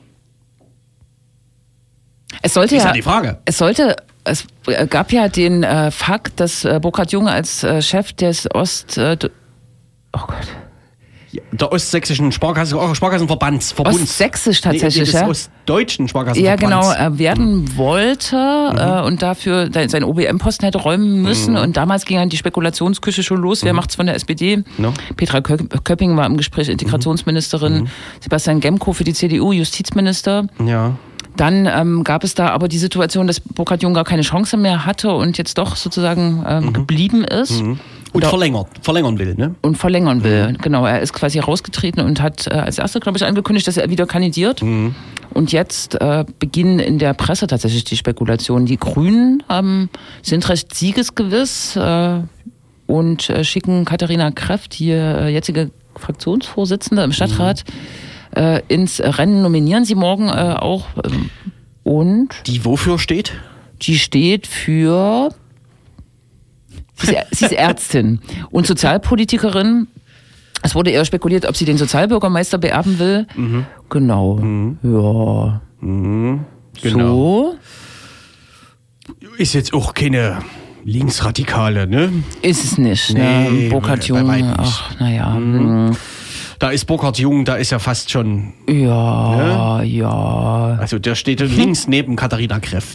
Es sollte ist ja, ja die Frage. Es sollte, es gab ja den äh, Fakt, dass äh, Burkhard Jung als äh, Chef des Ost, äh, oh Gott. Ja, der ostsächsischen Sparkassen, oh, Sparkassenverbands, Verbunds. Ostsächsisch tatsächlich, nee, des ja. ostdeutschen Sparkassenverbands. Ja, genau, äh, werden wollte mhm. äh, und dafür seinen O B M-Posten hätte räumen müssen. Mhm. Und damals ging dann die Spekulationsküche schon los. Mhm. Wer macht's von der S P D? No. Petra Köpping war im Gespräch, Integrationsministerin. Mhm. Sebastian Gemko für die C D U, Justizminister. Ja. Dann ähm, gab es da aber die Situation, dass Burkhard Jung gar keine Chance mehr hatte und jetzt doch sozusagen ähm, mhm. geblieben ist. Mhm. Und Oder verlängert, verlängern will, ne? Und verlängern will, mhm. genau. Er ist quasi rausgetreten und hat äh, als erster, glaube ich, angekündigt, dass er wieder kandidiert. Mhm. Und jetzt äh, beginnen in der Presse tatsächlich die Spekulationen. Die Grünen ähm, sind recht siegesgewiss äh, und äh, schicken Katharina Kreff, die äh, jetzige Fraktionsvorsitzende im Stadtrat, mhm. Äh, ins Rennen, nominieren sie morgen äh, auch. Ähm, und die wofür steht? Die steht für... Sie ist, sie ist Ärztin und Sozialpolitikerin. Es wurde eher spekuliert, ob sie den Sozialbürgermeister beerben will. Mhm. Genau. Mhm. Ja. Mhm. Genau. So. Ist jetzt auch keine Linksradikale, ne? Ist es nicht. Nee, ne? Burkhard Jung. Ach, naja. Mhm. Da ist Burkhard Jung, da ist ja fast schon... Ja, ne? ja. Also der steht links neben Katharina Kreff.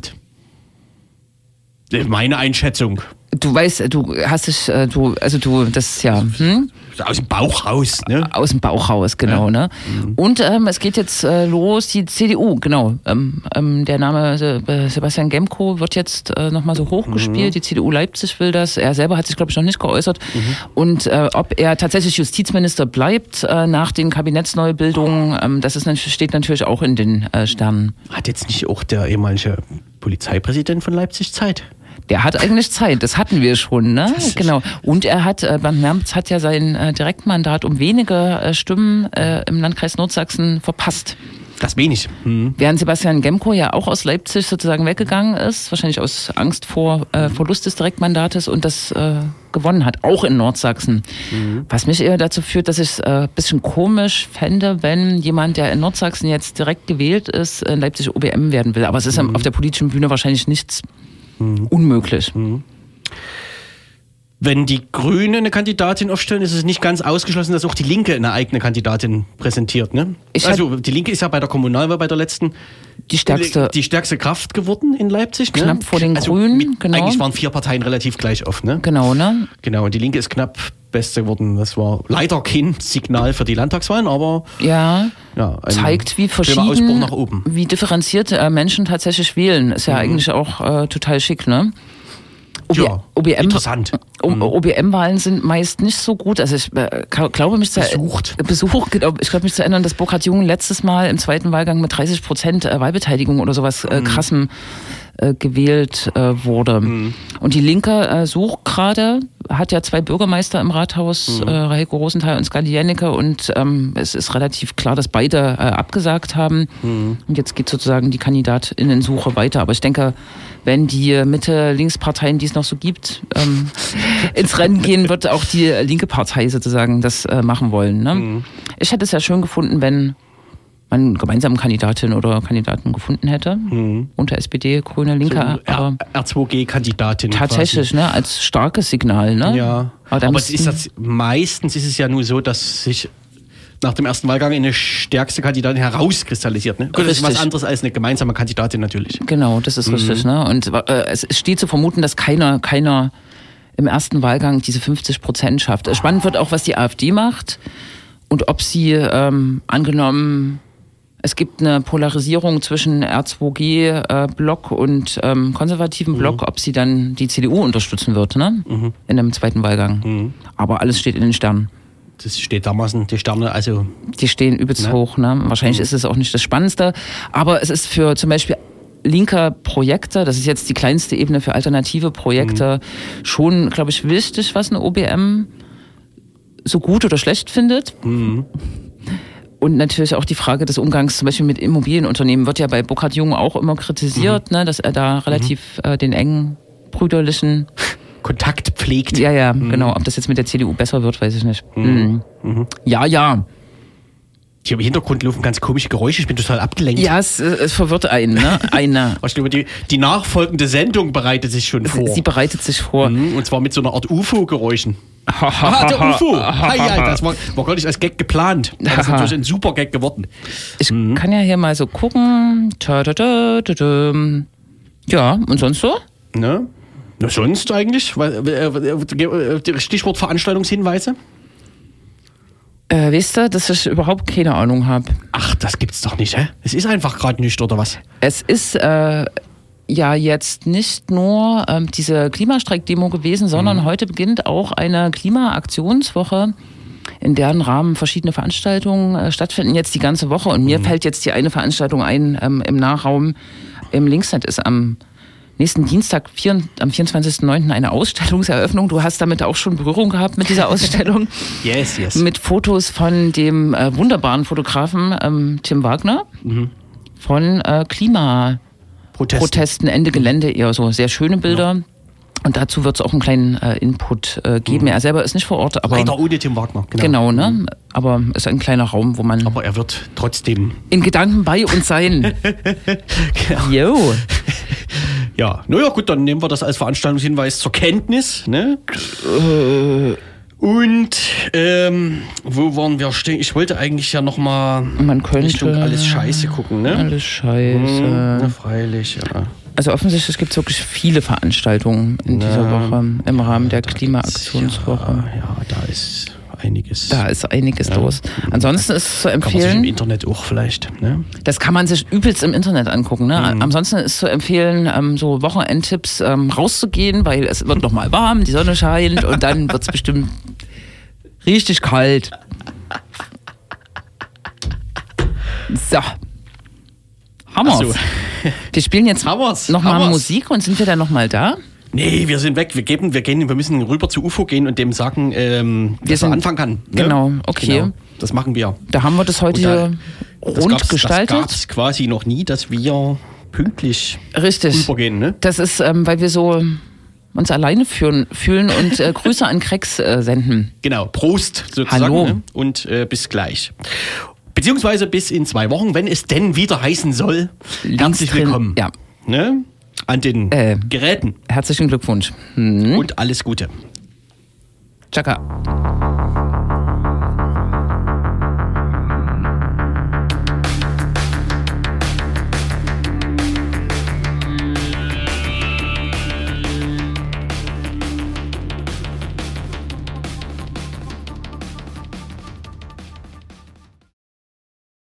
Meine Einschätzung. Du weißt, du hast dich, du, also du, das ist ja... Hm? Aus dem Bauch raus, ne? Aus dem Bauch raus, genau, ja. ne? Mhm. Und ähm, es geht jetzt äh, los, die C D U, genau. Ähm, ähm, der Name äh, Sebastian Gemko wird jetzt äh, nochmal so hochgespielt. Mhm. Die C D U Leipzig will das. Er selber hat sich, glaube ich, noch nicht geäußert. Mhm. Und äh, ob er tatsächlich Justizminister bleibt äh, nach den Kabinettsneubildungen, ähm, das ist, steht natürlich auch in den äh, Sternen. Hat jetzt nicht auch der ehemalige Polizeipräsident von Leipzig Zeit? Der hat eigentlich Zeit, das hatten wir schon, ne? Genau. Und er hat, äh, Bernd Merz hat ja sein äh, Direktmandat um wenige äh, Stimmen äh, im Landkreis Nordsachsen verpasst. Das wenig. Mhm. Während Sebastian Gemko ja auch aus Leipzig sozusagen weggegangen ist, wahrscheinlich aus Angst vor äh, Verlust des Direktmandates und das äh, gewonnen hat, auch in Nordsachsen. Mhm. Was mich eher dazu führt, dass ich es ein äh, bisschen komisch fände, wenn jemand, der in Nordsachsen jetzt direkt gewählt ist, in Leipzig O B M werden will. Aber es ist mhm. auf der politischen Bühne wahrscheinlich nichts mhm. unmöglich. Mhm. Wenn die Grünen eine Kandidatin aufstellen, ist es nicht ganz ausgeschlossen, dass auch die Linke eine eigene Kandidatin präsentiert. Ne? Also die Linke ist ja bei der Kommunalwahl bei der letzten die stärkste, die stärkste Kraft geworden in Leipzig. Knapp ne? vor den also Grünen. Mit, genau. Eigentlich waren vier Parteien relativ gleich oft. Ne? Genau, ne? Genau, und die Linke ist knapp Beste geworden. Das war leider kein Signal für die Landtagswahlen, aber ja, ja, zeigt, wie verschieden, Ausbruch nach oben. wie differenziert äh, Menschen tatsächlich wählen. Ist ja mhm. eigentlich auch äh, total schick, ne? O B, ja, O B M, interessant. Mhm. O B M-Wahlen sind meist nicht so gut. Also ich äh, glaube mich zu besucht. Äh, besucht, genau, ich glaube mich zu erinnern, dass Burkhard Jung letztes Mal im zweiten Wahlgang mit dreißig Prozent äh, Wahlbeteiligung oder sowas äh, krassem äh, gewählt äh, wurde. Mhm. Und die Linke äh, sucht gerade, hat ja zwei Bürgermeister im Rathaus, mhm. äh, Heiko Rosenthal und Skadi Jennecke, und ähm, es ist relativ klar, dass beide äh, abgesagt haben. Mhm. Und jetzt geht sozusagen die Kandidatinnensuche weiter. Aber ich denke, wenn die Mitte-Links-Parteien, die es noch so gibt, ähm, ins Rennen gehen, wird auch die linke Partei sozusagen das äh, machen wollen. Ne? Mhm. Ich hätte es ja schön gefunden, wenn man gemeinsam Kandidatin oder Kandidaten gefunden hätte, mhm. unter S P D, Grüne, Linke. So aber R zwei G-Kandidatin. Tatsächlich, quasi. Ne, als starkes Signal. Ne? Ja, aber, aber es ist das, meistens ist es ja nur so, dass sich nach dem ersten Wahlgang eine stärkste Kandidatin herauskristallisiert. Ne? Das ist was anderes als eine gemeinsame Kandidatin natürlich. Genau, das ist mhm. richtig. Ne? Und äh, es steht zu vermuten, dass keiner, keiner im ersten Wahlgang diese fünfzig Prozent schafft. Oh. Spannend wird auch, was die AfD macht und ob sie ähm, angenommen, es gibt eine Polarisierung zwischen R zwei G-Block äh, und ähm, konservativen Block, mhm. ob sie dann die C D U unterstützen wird, ne? Mhm. In einem zweiten Wahlgang. Mhm. Aber alles steht in den Sternen. Das steht damals, die Sterne, also... Die stehen übelst ne? hoch, ne? Wahrscheinlich mhm. ist es auch nicht das Spannendste, aber es ist für zum Beispiel linker Projekte, das ist jetzt die kleinste Ebene für alternative Projekte, mhm. schon, glaube ich, wichtig, was eine O B M so gut oder schlecht findet. Mhm. Und natürlich auch die Frage des Umgangs zum Beispiel mit Immobilienunternehmen wird ja bei Burkhard Jung auch immer kritisiert, mhm. ne? Dass er da relativ mhm. äh, den engen brüderlichen Kontakt pflegt. Ja, ja, mhm. genau. Ob das jetzt mit der C D U besser wird, weiß ich nicht. Mhm. Mhm. Ja, ja. Hier im Hintergrund laufen ganz komische Geräusche. Ich bin total abgelenkt. Ja, es, es verwirrt einen, ne? Eine. Ich glaube, die, die nachfolgende Sendung bereitet sich schon vor. Sie, sie bereitet sich vor. Mhm. Und zwar mit so einer Art U F O-Geräuschen. Ah, der U F O! Hi, hi, das war, war gar nicht als Gag geplant. Das ist natürlich ein super Gag geworden. Ich mhm. kann ja hier mal so gucken. Ta, ta, ta, ta, ta. Ja, und sonst so? Ne? Na, sonst eigentlich? Stichwort Veranstaltungshinweise? Äh, weißt du, dass ich überhaupt keine Ahnung habe. Ach, das gibt's doch nicht, hä? Es ist einfach gerade nicht, oder was? Es ist äh, ja jetzt nicht nur ähm, diese Klimastreik-Demo gewesen, sondern mhm. heute beginnt auch eine Klimaaktionswoche, in deren Rahmen verschiedene Veranstaltungen äh, stattfinden, jetzt die ganze Woche. Und mir mhm. fällt jetzt die eine Veranstaltung ein ähm, im Nachraum im Linksnet ist am nächsten Dienstag, vier, am vierundzwanzigsten neunten eine Ausstellungseröffnung. Du hast damit auch schon Berührung gehabt mit dieser Ausstellung. Yes, yes. Mit Fotos von dem äh, wunderbaren Fotografen ähm, Tim Wagner mhm. von äh, Klimaprotesten, Ende Gelände, eher so sehr schöne Bilder. Ja. Und dazu wird es auch einen kleinen äh, Input äh, geben. Mhm. Er selber ist nicht vor Ort, aber... Leider ohne Tim Wagner. Genau, genau ne? Mhm. Aber es ist ein kleiner Raum, wo man... Aber er wird trotzdem... in Gedanken bei uns sein. Genau. Jo. Ja, naja gut, dann nehmen wir das als Veranstaltungshinweis zur Kenntnis. Ne? Äh, und ähm, wo waren wir stehen? Ich wollte eigentlich ja nochmal Richtung alles Scheiße gucken. Ne? Alles Scheiße. Hm, na freilich, ja. Also offensichtlich gibt es wirklich viele Veranstaltungen in na, dieser Woche im Rahmen der Klimaaktionswoche. Ja, ja, da ist einiges. Da ist einiges ja. los. Ansonsten ist zu empfehlen... Kann man sich im Internet auch vielleicht. Ne? Das kann man sich übelst im Internet angucken. Ne? Mhm. Ansonsten ist zu empfehlen, ähm, so Wochenendtipps ähm, rauszugehen, weil es wird nochmal warm, die Sonne scheint und dann wird es bestimmt richtig kalt. So. Hammer's. So. Wir spielen jetzt nochmal Musik und sind wir dann nochmal da? Nee, wir sind weg. Wir geben, wir gehen, wir müssen rüber zu U F O gehen und dem sagen, ähm, wir dass er anfangen kann. Ne? Genau, okay. Genau, das machen wir. Da haben wir das heute da, rund das gestaltet. Das gab es quasi noch nie, dass wir pünktlich Richtig. rübergehen. Ne? Das ist, ähm, weil wir so uns alleine fühlen, fühlen und äh, Grüße an Krex äh, senden. Genau, Prost sozusagen. Hallo. Ne? Und äh, bis gleich. Beziehungsweise bis in zwei Wochen, wenn es denn wieder heißen soll. Herzlich willkommen. Ja. Ne? An den äh, Geräten. Herzlichen Glückwunsch. Mhm. Und alles Gute. Tschakka.